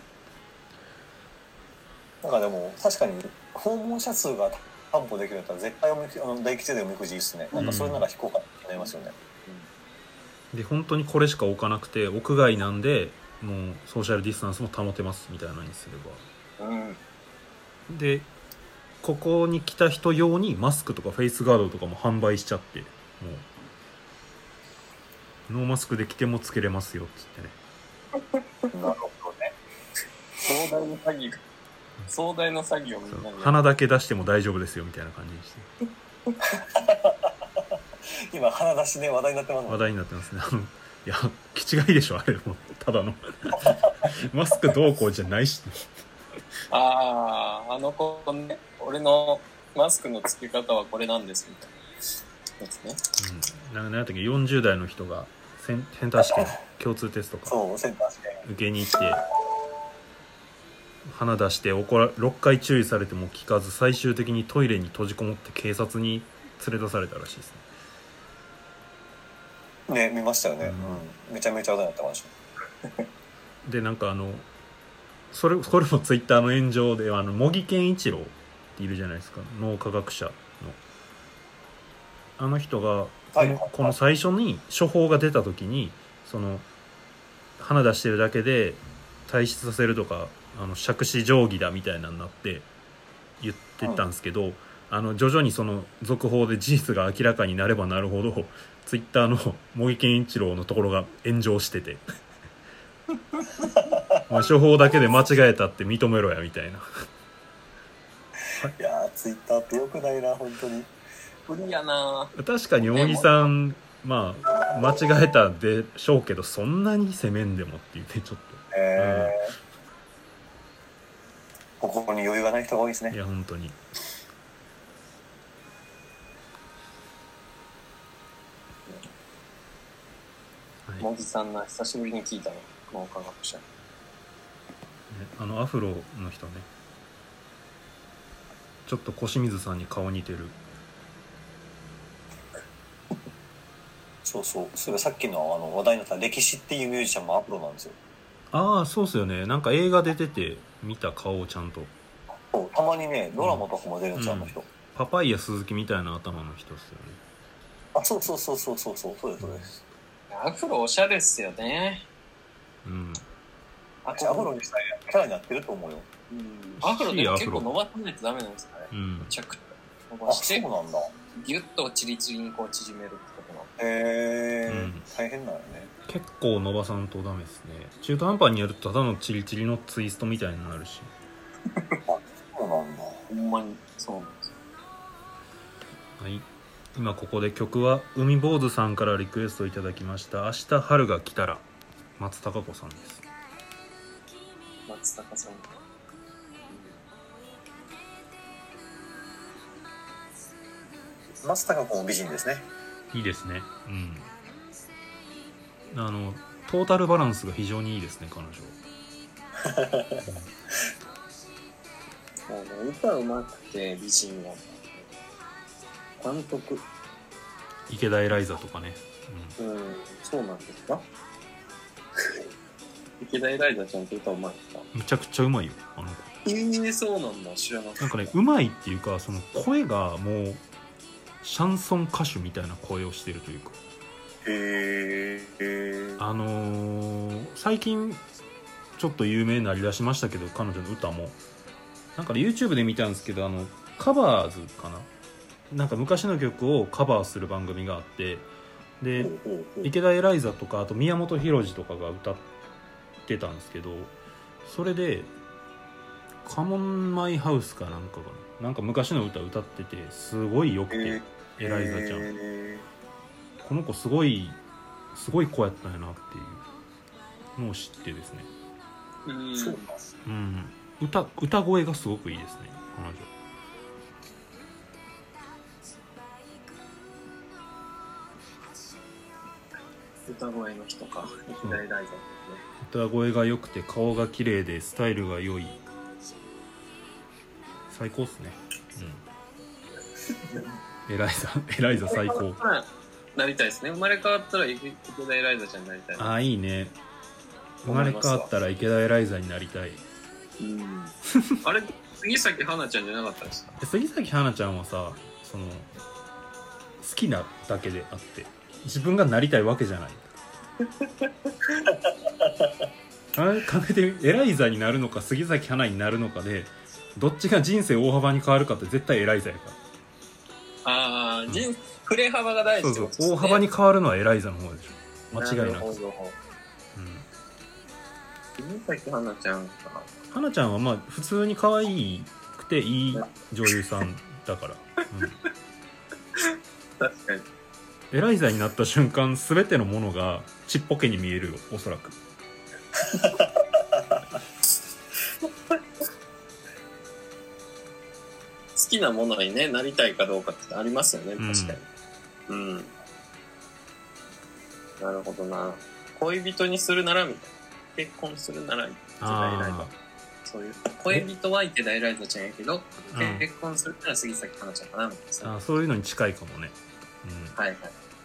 Speaker 2: う。なんかでも確かに訪問者数が担保できるんだったら絶対おみくあの大吉でおみくじいいっすね。なんかそれなら引こうかってなりますよね、
Speaker 1: うん、で本当にこれしか置かなくて屋外なんでもうソーシャルディスタンスも保てますみたいなのにすれば、うん、でここに来た人用にマスクとかフェイスガードとかも販売しちゃってもうノーマスクで来てもつけれますよっつってね。
Speaker 3: なるほどね。壮大な詐欺が壮大な詐欺をみんなに
Speaker 1: 鼻だけ出しても大丈夫ですよみたいな感じに
Speaker 2: して今鼻出しね話題になってますね。
Speaker 1: 話題になってますね。いや気違いでしょあれもただのマスクどうこうじゃないし、ね、
Speaker 3: あああの子ね俺のマスクの付け方はこれなんですみたいなやつね、
Speaker 1: うん、なんか何やったっけよんじゅう代の人がセン、センター試験共通テストか
Speaker 2: そうセンター試験
Speaker 1: 受けに行って鼻出して怒らろっかい注意されても聞かず最終的にトイレに閉じこもって警察に連れ出されたらしいです
Speaker 2: ね。ね見ましたよね、うん、めちゃめちゃ話題になってました
Speaker 1: でなんかあのそれこれもツイッターの炎上であの茂木健一郎っているじゃないですか脳科学者のあの人がこの、はい、この最初に処方が出た時にその鼻出してるだけで退出させるとかあの杓子定規だみたいなのになって言ってたんですけど、うん、あの徐々にその続報で事実が明らかになればなるほどツイッターの茂木健一郎のところが炎上しててまあ処方だけで間違えたって認めろやみたいな
Speaker 2: いやツイッターってよくないな本当に。
Speaker 3: 無理やな。
Speaker 1: 確かに大木さん、まあ間違えたでしょうけど、そんなに攻めんでもっていうね、ちょっと。
Speaker 2: えー、うん、心に余裕がない人が多いですね。
Speaker 1: いや本当に。
Speaker 3: 茂木さんな、久しぶりに聞いたの脳科学者、ね、
Speaker 1: あのアフロの人ね、ちょっと小清水さんに顔似てる。
Speaker 2: そうそう、そういえばさっきのあの話題になった歴史っていうミュージシャンもアフロなんですよ。
Speaker 1: ああそうっすよね、なんか映画出てて見た顔をちゃんと。
Speaker 2: そうたまにねドラマとかも出るんですよ、うん、あの人。
Speaker 1: パパイヤ鈴木みたいな頭の人っすよね。
Speaker 2: あ、そうそうそうそうそうそうそうですそうです。
Speaker 3: アフロおしゃれっすよね。
Speaker 1: うん。
Speaker 2: あ、アフロにしたらキャラになってると思うよ。
Speaker 3: うん。アフロでも結構伸ばさないとダメなんですかね。
Speaker 1: うん。
Speaker 3: めちゃくちゃ伸ばして。
Speaker 2: あ、そうなんだ。
Speaker 3: ギュッとチリチリにこう縮めるってことなの。
Speaker 2: へー、うん、大変だよね。
Speaker 1: 結構伸ばさんとダメですね。中途半端にやるとただのチリチリのツイストみたいになるし。
Speaker 2: あ、そうなんだ。
Speaker 3: ほんまにそうなんですよ。
Speaker 1: はい。今ここで曲は海坊主さんからリクエストいただきました明日春が来たら、松たか子さんです。
Speaker 3: 松たかさん、
Speaker 2: 松たか子も美人ですね。
Speaker 1: いいですね。うん。あのトータルバランスが非常にいいですね、彼女。
Speaker 3: もう、ね、歌うまくて美人は監督
Speaker 1: 池田エライザとかね。
Speaker 3: うん、うん、そうなんですか。池田エライザちゃんと歌うまいですか。
Speaker 1: むちゃくちゃうまいよ、あの子。
Speaker 3: えー、そうなんだ、知らなかった。
Speaker 1: なんかね、うまいっていうか、その声がもうシャンソン歌手みたいな声をしてるというか。
Speaker 2: へえ。あ
Speaker 1: のー、最近ちょっと有名になりだしましたけど、彼女の歌もなんか YouTube で見たんですけど、あのカバーズかな、なんか昔の曲をカバーする番組があって、で池田エライザとかあと宮本浩次とかが歌ってたんですけど、それでカモンマイハウスかなんかがなんか昔の歌歌っててすごいよくて、エライザちゃん、この子すごいすごい子やったんやなっていうのを知ってですね。
Speaker 3: うん、
Speaker 1: うん、歌歌声がすごくいいですね、彼女。
Speaker 3: 歌声の人か、池田エライザ、ね、
Speaker 1: 歌声が良くて顔が綺麗でスタイルが良い、最高っすね。うん、エライザエライザ最高。
Speaker 3: なりたいですね。生まれ変わったら池田エライザちゃんになりたい。
Speaker 1: ああ、いいね。生まれ変わったら池田エライザになりたい。
Speaker 3: うん。あれ杉咲花ちゃんじゃなかったですか。
Speaker 1: 杉咲花ちゃんはさ、その好きなだけであって自分がなりたいわけじゃない。あれ考えて、エライザになるのか杉咲花になるのかでどっちが人生大幅に変わるかって絶対エライザやから。
Speaker 3: ああ、うん、人振れ幅が大事ってことですね。
Speaker 1: そうそう、大幅に変わるのはエライザの方でしょ、間違いなく。
Speaker 3: 杉咲花ちゃんか。
Speaker 1: 花ちゃんはまあ普通に可愛くていい女優さんだから、うん、
Speaker 3: 確かに。
Speaker 1: エライザになった瞬間全てのものがちっぽけに見えるよ、おそらく。
Speaker 3: 好きなものにねなりたいかどうかってありますよね、確かに。うん、うん、なるほどな。恋人にするならみたいな、結婚するなら池田エライザ、そういう恋人は池田エライザちゃんやけど、結婚するなら杉咲花ちゃんかなみたいな。
Speaker 1: あ、そういうのに近いかもね。
Speaker 3: うん、はいはい。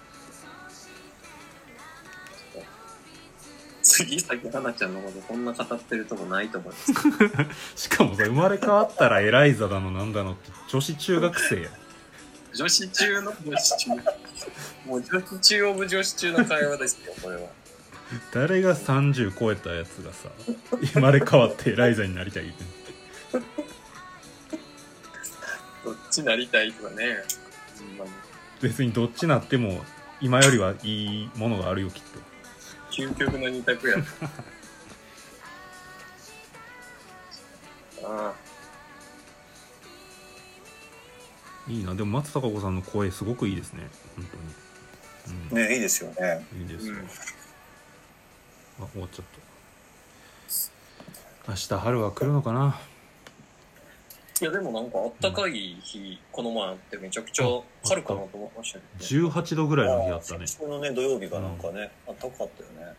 Speaker 3: 杉咲花ちゃんのことこんな語ってるとこないと思います
Speaker 1: しかもさ、生まれ変わったらエライザだのなんだのって女子中学生や。
Speaker 3: 女子中の女子中もう女子中オブ女子中の会話ですよこれは。
Speaker 1: 誰がさんじゅう超えたやつがさ生まれ変わってエライザになりたいって
Speaker 3: どっちなりたいとかね。
Speaker 1: 別にどっちなっても今よりはいいものがあるよきっと。
Speaker 3: 究極の二択や。ああ。
Speaker 1: いいな。でも松たか子さんの声すごくいいですね本当に、
Speaker 2: うん、ねいいですよね。
Speaker 1: いいですよ、うん、あ終わっちゃった。明日春は来るのかな。
Speaker 3: いやでもなんかあったかい日、うん、この前あってめちゃくちゃ春かなと思いましたね。
Speaker 1: じゅうはちどぐらいの日あったね。
Speaker 2: そのね土曜日がなんかね、うん、あったかかったよね。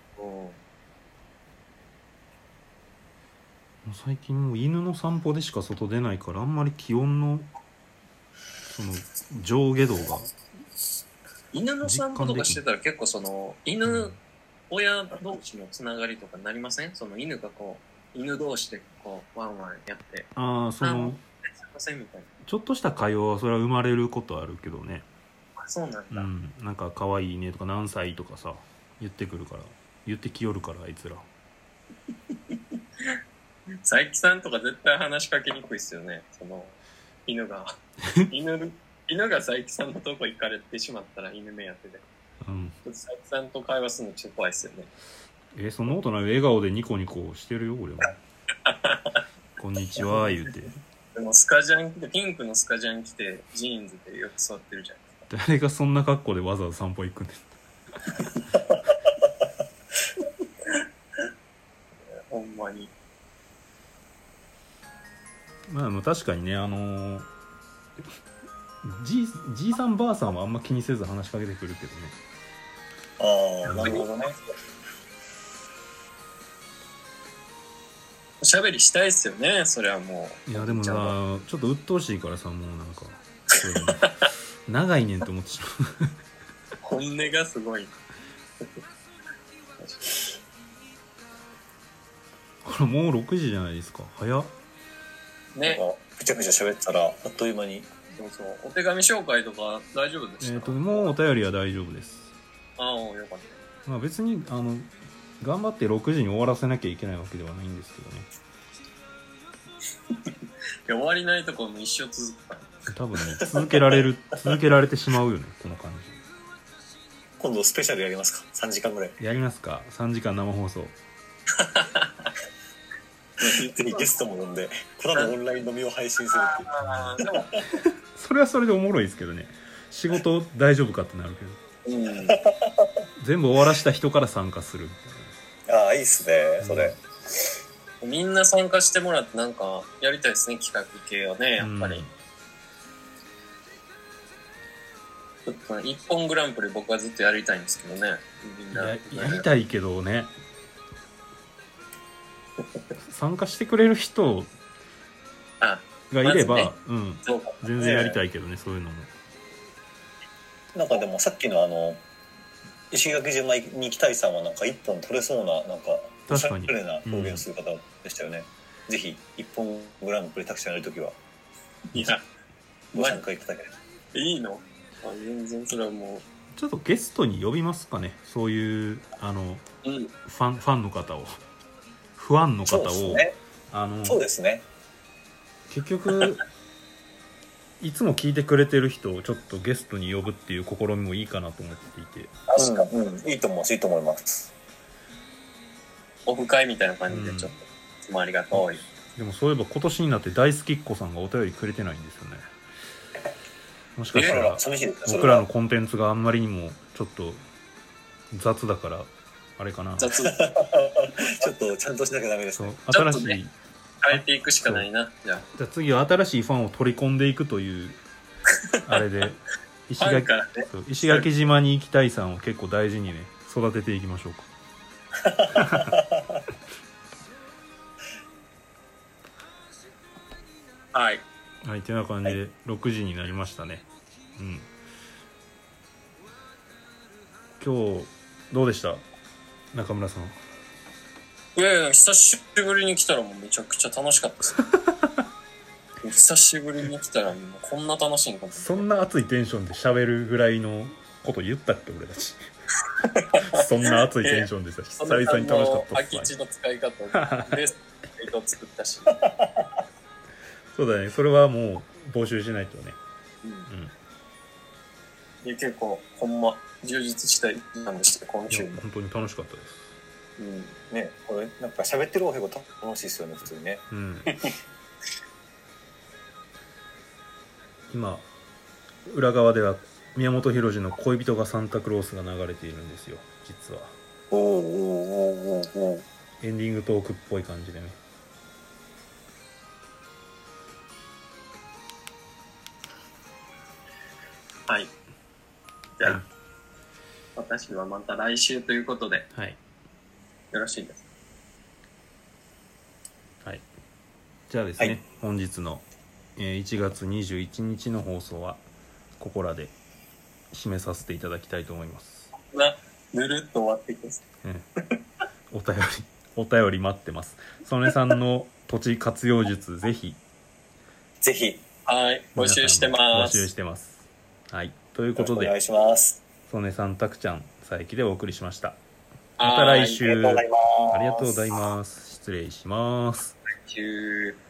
Speaker 1: うん、最近もう犬の散歩でしか外出ないからあんまり気温のその上下動が
Speaker 3: 犬の散歩とかしてたら結構その犬、うん、親同士のつながりとかになりません？その犬がこう犬同士でこうワンワンやって
Speaker 1: ああそのちょっとした会話はそれは生まれることあるけどね。
Speaker 3: あそうなんだ、
Speaker 1: うん、なんか可愛いねとか何歳とかさ言ってくるから言ってきよるからあいつら
Speaker 3: 佐伯さんとか絶対話しかけにくいっすよね。その犬が犬, 犬が佐伯さんのとこ行かれてしまったら犬目当てで、うん、佐伯さんと会話するのちょっと怖いっすよね。
Speaker 1: えそんなことない。笑顔でニコニコしてるよ俺もこんにちは言うて。
Speaker 3: でもスカジャン着てピンクのスカジャン着てジーンズでよく座ってるじゃないです
Speaker 1: か。誰がそんな格好でわざわざ散歩行くんねん
Speaker 3: ほんまに。
Speaker 1: まあ確かにねあのー、じ, じいさんばあさんはあんま気にせず話しかけてくるけど
Speaker 2: ね。ああなるほどね。
Speaker 3: おしゃべりしたいっすよねそれはも
Speaker 1: う。いやでもなちょっと鬱陶しいからさもうなんかそういうの長いねんと思ってしまう
Speaker 3: 本音がすごい
Speaker 1: これもうろくじじゃないですか。早っ
Speaker 2: ね。ぐちゃぐちゃ喋ったらあっという間に。
Speaker 3: そうそうお手紙紹介とか大丈夫でした？
Speaker 1: えっともうお便りは大丈夫です。
Speaker 3: ああよかった。
Speaker 1: まあ別にあの頑張ってろくじに終わらせなきゃいけないわけではないんですけどね
Speaker 3: いや終わりないところも一生続くから
Speaker 1: 多分ね続けられる続けられてしまうよねこの感じ。
Speaker 2: 今度スペシャルやりますか。さんじかんぐらい
Speaker 1: やりますか。さんじかん生放送
Speaker 2: ぜひゲストも呼んでただのオンライン飲みを配信するっていう
Speaker 1: それはそれでおもろいですけどね。仕事大丈夫かってなるけど、うん、全部終わらした人から参加するみたいな。
Speaker 2: ああいいっすねそれ、
Speaker 3: うん、みんな参加してもらってなんかやりたいですね企画系はねやっぱり、うん、一本グランプリ僕はずっとやりたいんですけどね。みんな
Speaker 1: や, やりたいけどね参加してくれる人がいれば、まねうん、全然やりたいけどね、そういうのも。
Speaker 2: なんかでもさっきのあの石垣島に行きたいさんはなんか一本取れそうななんかおしゃれな表現する方でしたよね、うん、ぜひ一本グランプリたくさんやるときはいやご参加いただければ
Speaker 3: いいの。あ全然それはもう
Speaker 1: ちょっとゲストに呼びますかね。そういうあの、うん、ファンファンの方をファンの方をそうですね、あの
Speaker 2: そうですね
Speaker 1: 結局いつも聞いてくれてる人をちょっとゲストに呼ぶっていう試みもいいかなと思っていて。
Speaker 2: 確かに、うん、いいと思いますいいと思います。
Speaker 3: オフ会みたいな感じでちょっと、うん、ありがとう。
Speaker 1: でもそういえば今年になって大好きっ子さんがお便りくれてないんですよね。もしかしたら僕らのコンテンツがあんまりにもちょっと雑だからあれかな。
Speaker 3: 雑
Speaker 2: ちょっとちゃんとしなきゃダメですね。
Speaker 1: 新しい、ね、
Speaker 3: 変えていくしかないな。じゃあ
Speaker 1: じゃあ次は新しいファンを取り込んでいくというあれで石垣、ね、石垣島に行きたいさんを結構大事にね育てていきましょうか。
Speaker 3: はい
Speaker 1: はいてな感じでろくじになりましたね。うん、今日どうでした中村さん。
Speaker 3: いやいや久しぶりに来たらもうめちゃくちゃ楽しかったです久しぶりに来たらもうこんな楽しいのか。
Speaker 1: そんな熱いテンションで喋るぐらいのこと言ったっけ俺たちそんな熱いテンションでさ久々に楽しかったっす。
Speaker 3: 空き地の使い方で作ったし
Speaker 1: そうだねそれはもう募集しないとね。うん
Speaker 3: うん、結構ほんま充実したいなんでした今週も。
Speaker 1: 本当に楽しかったです。
Speaker 2: うん、ねこれなんか喋ってる方が楽しいですよね普通にね。うん、
Speaker 1: 今裏側では宮本浩次の恋人がサンタクロースが流れているんですよ実は。
Speaker 2: おーおーおーおーおー
Speaker 1: エンディングトークっぽい感じでね。
Speaker 3: はい。じゃあ、
Speaker 1: はい、
Speaker 3: 私はまた来週ということで、
Speaker 1: はい、
Speaker 3: よろしいです
Speaker 1: か。はい。じゃあですね、
Speaker 2: はい、
Speaker 1: 本日の、えー、いちがつにじゅういちにちの放送はここらで締めさせていただきたいと思います。
Speaker 3: な、ぬるっと終わっていきます。
Speaker 1: うん、お便りお便り待ってます。曽根さんの土地活用術ぜひ
Speaker 2: ぜひ
Speaker 3: はい募集してま
Speaker 1: す。募集してます。はい。ということで
Speaker 2: お願いします。
Speaker 1: 曽根さん、たくちゃん、佐伯でお送りしました。また来週。
Speaker 2: ありがとうございます。
Speaker 1: ありがとうございます。失礼します。
Speaker 3: 来週。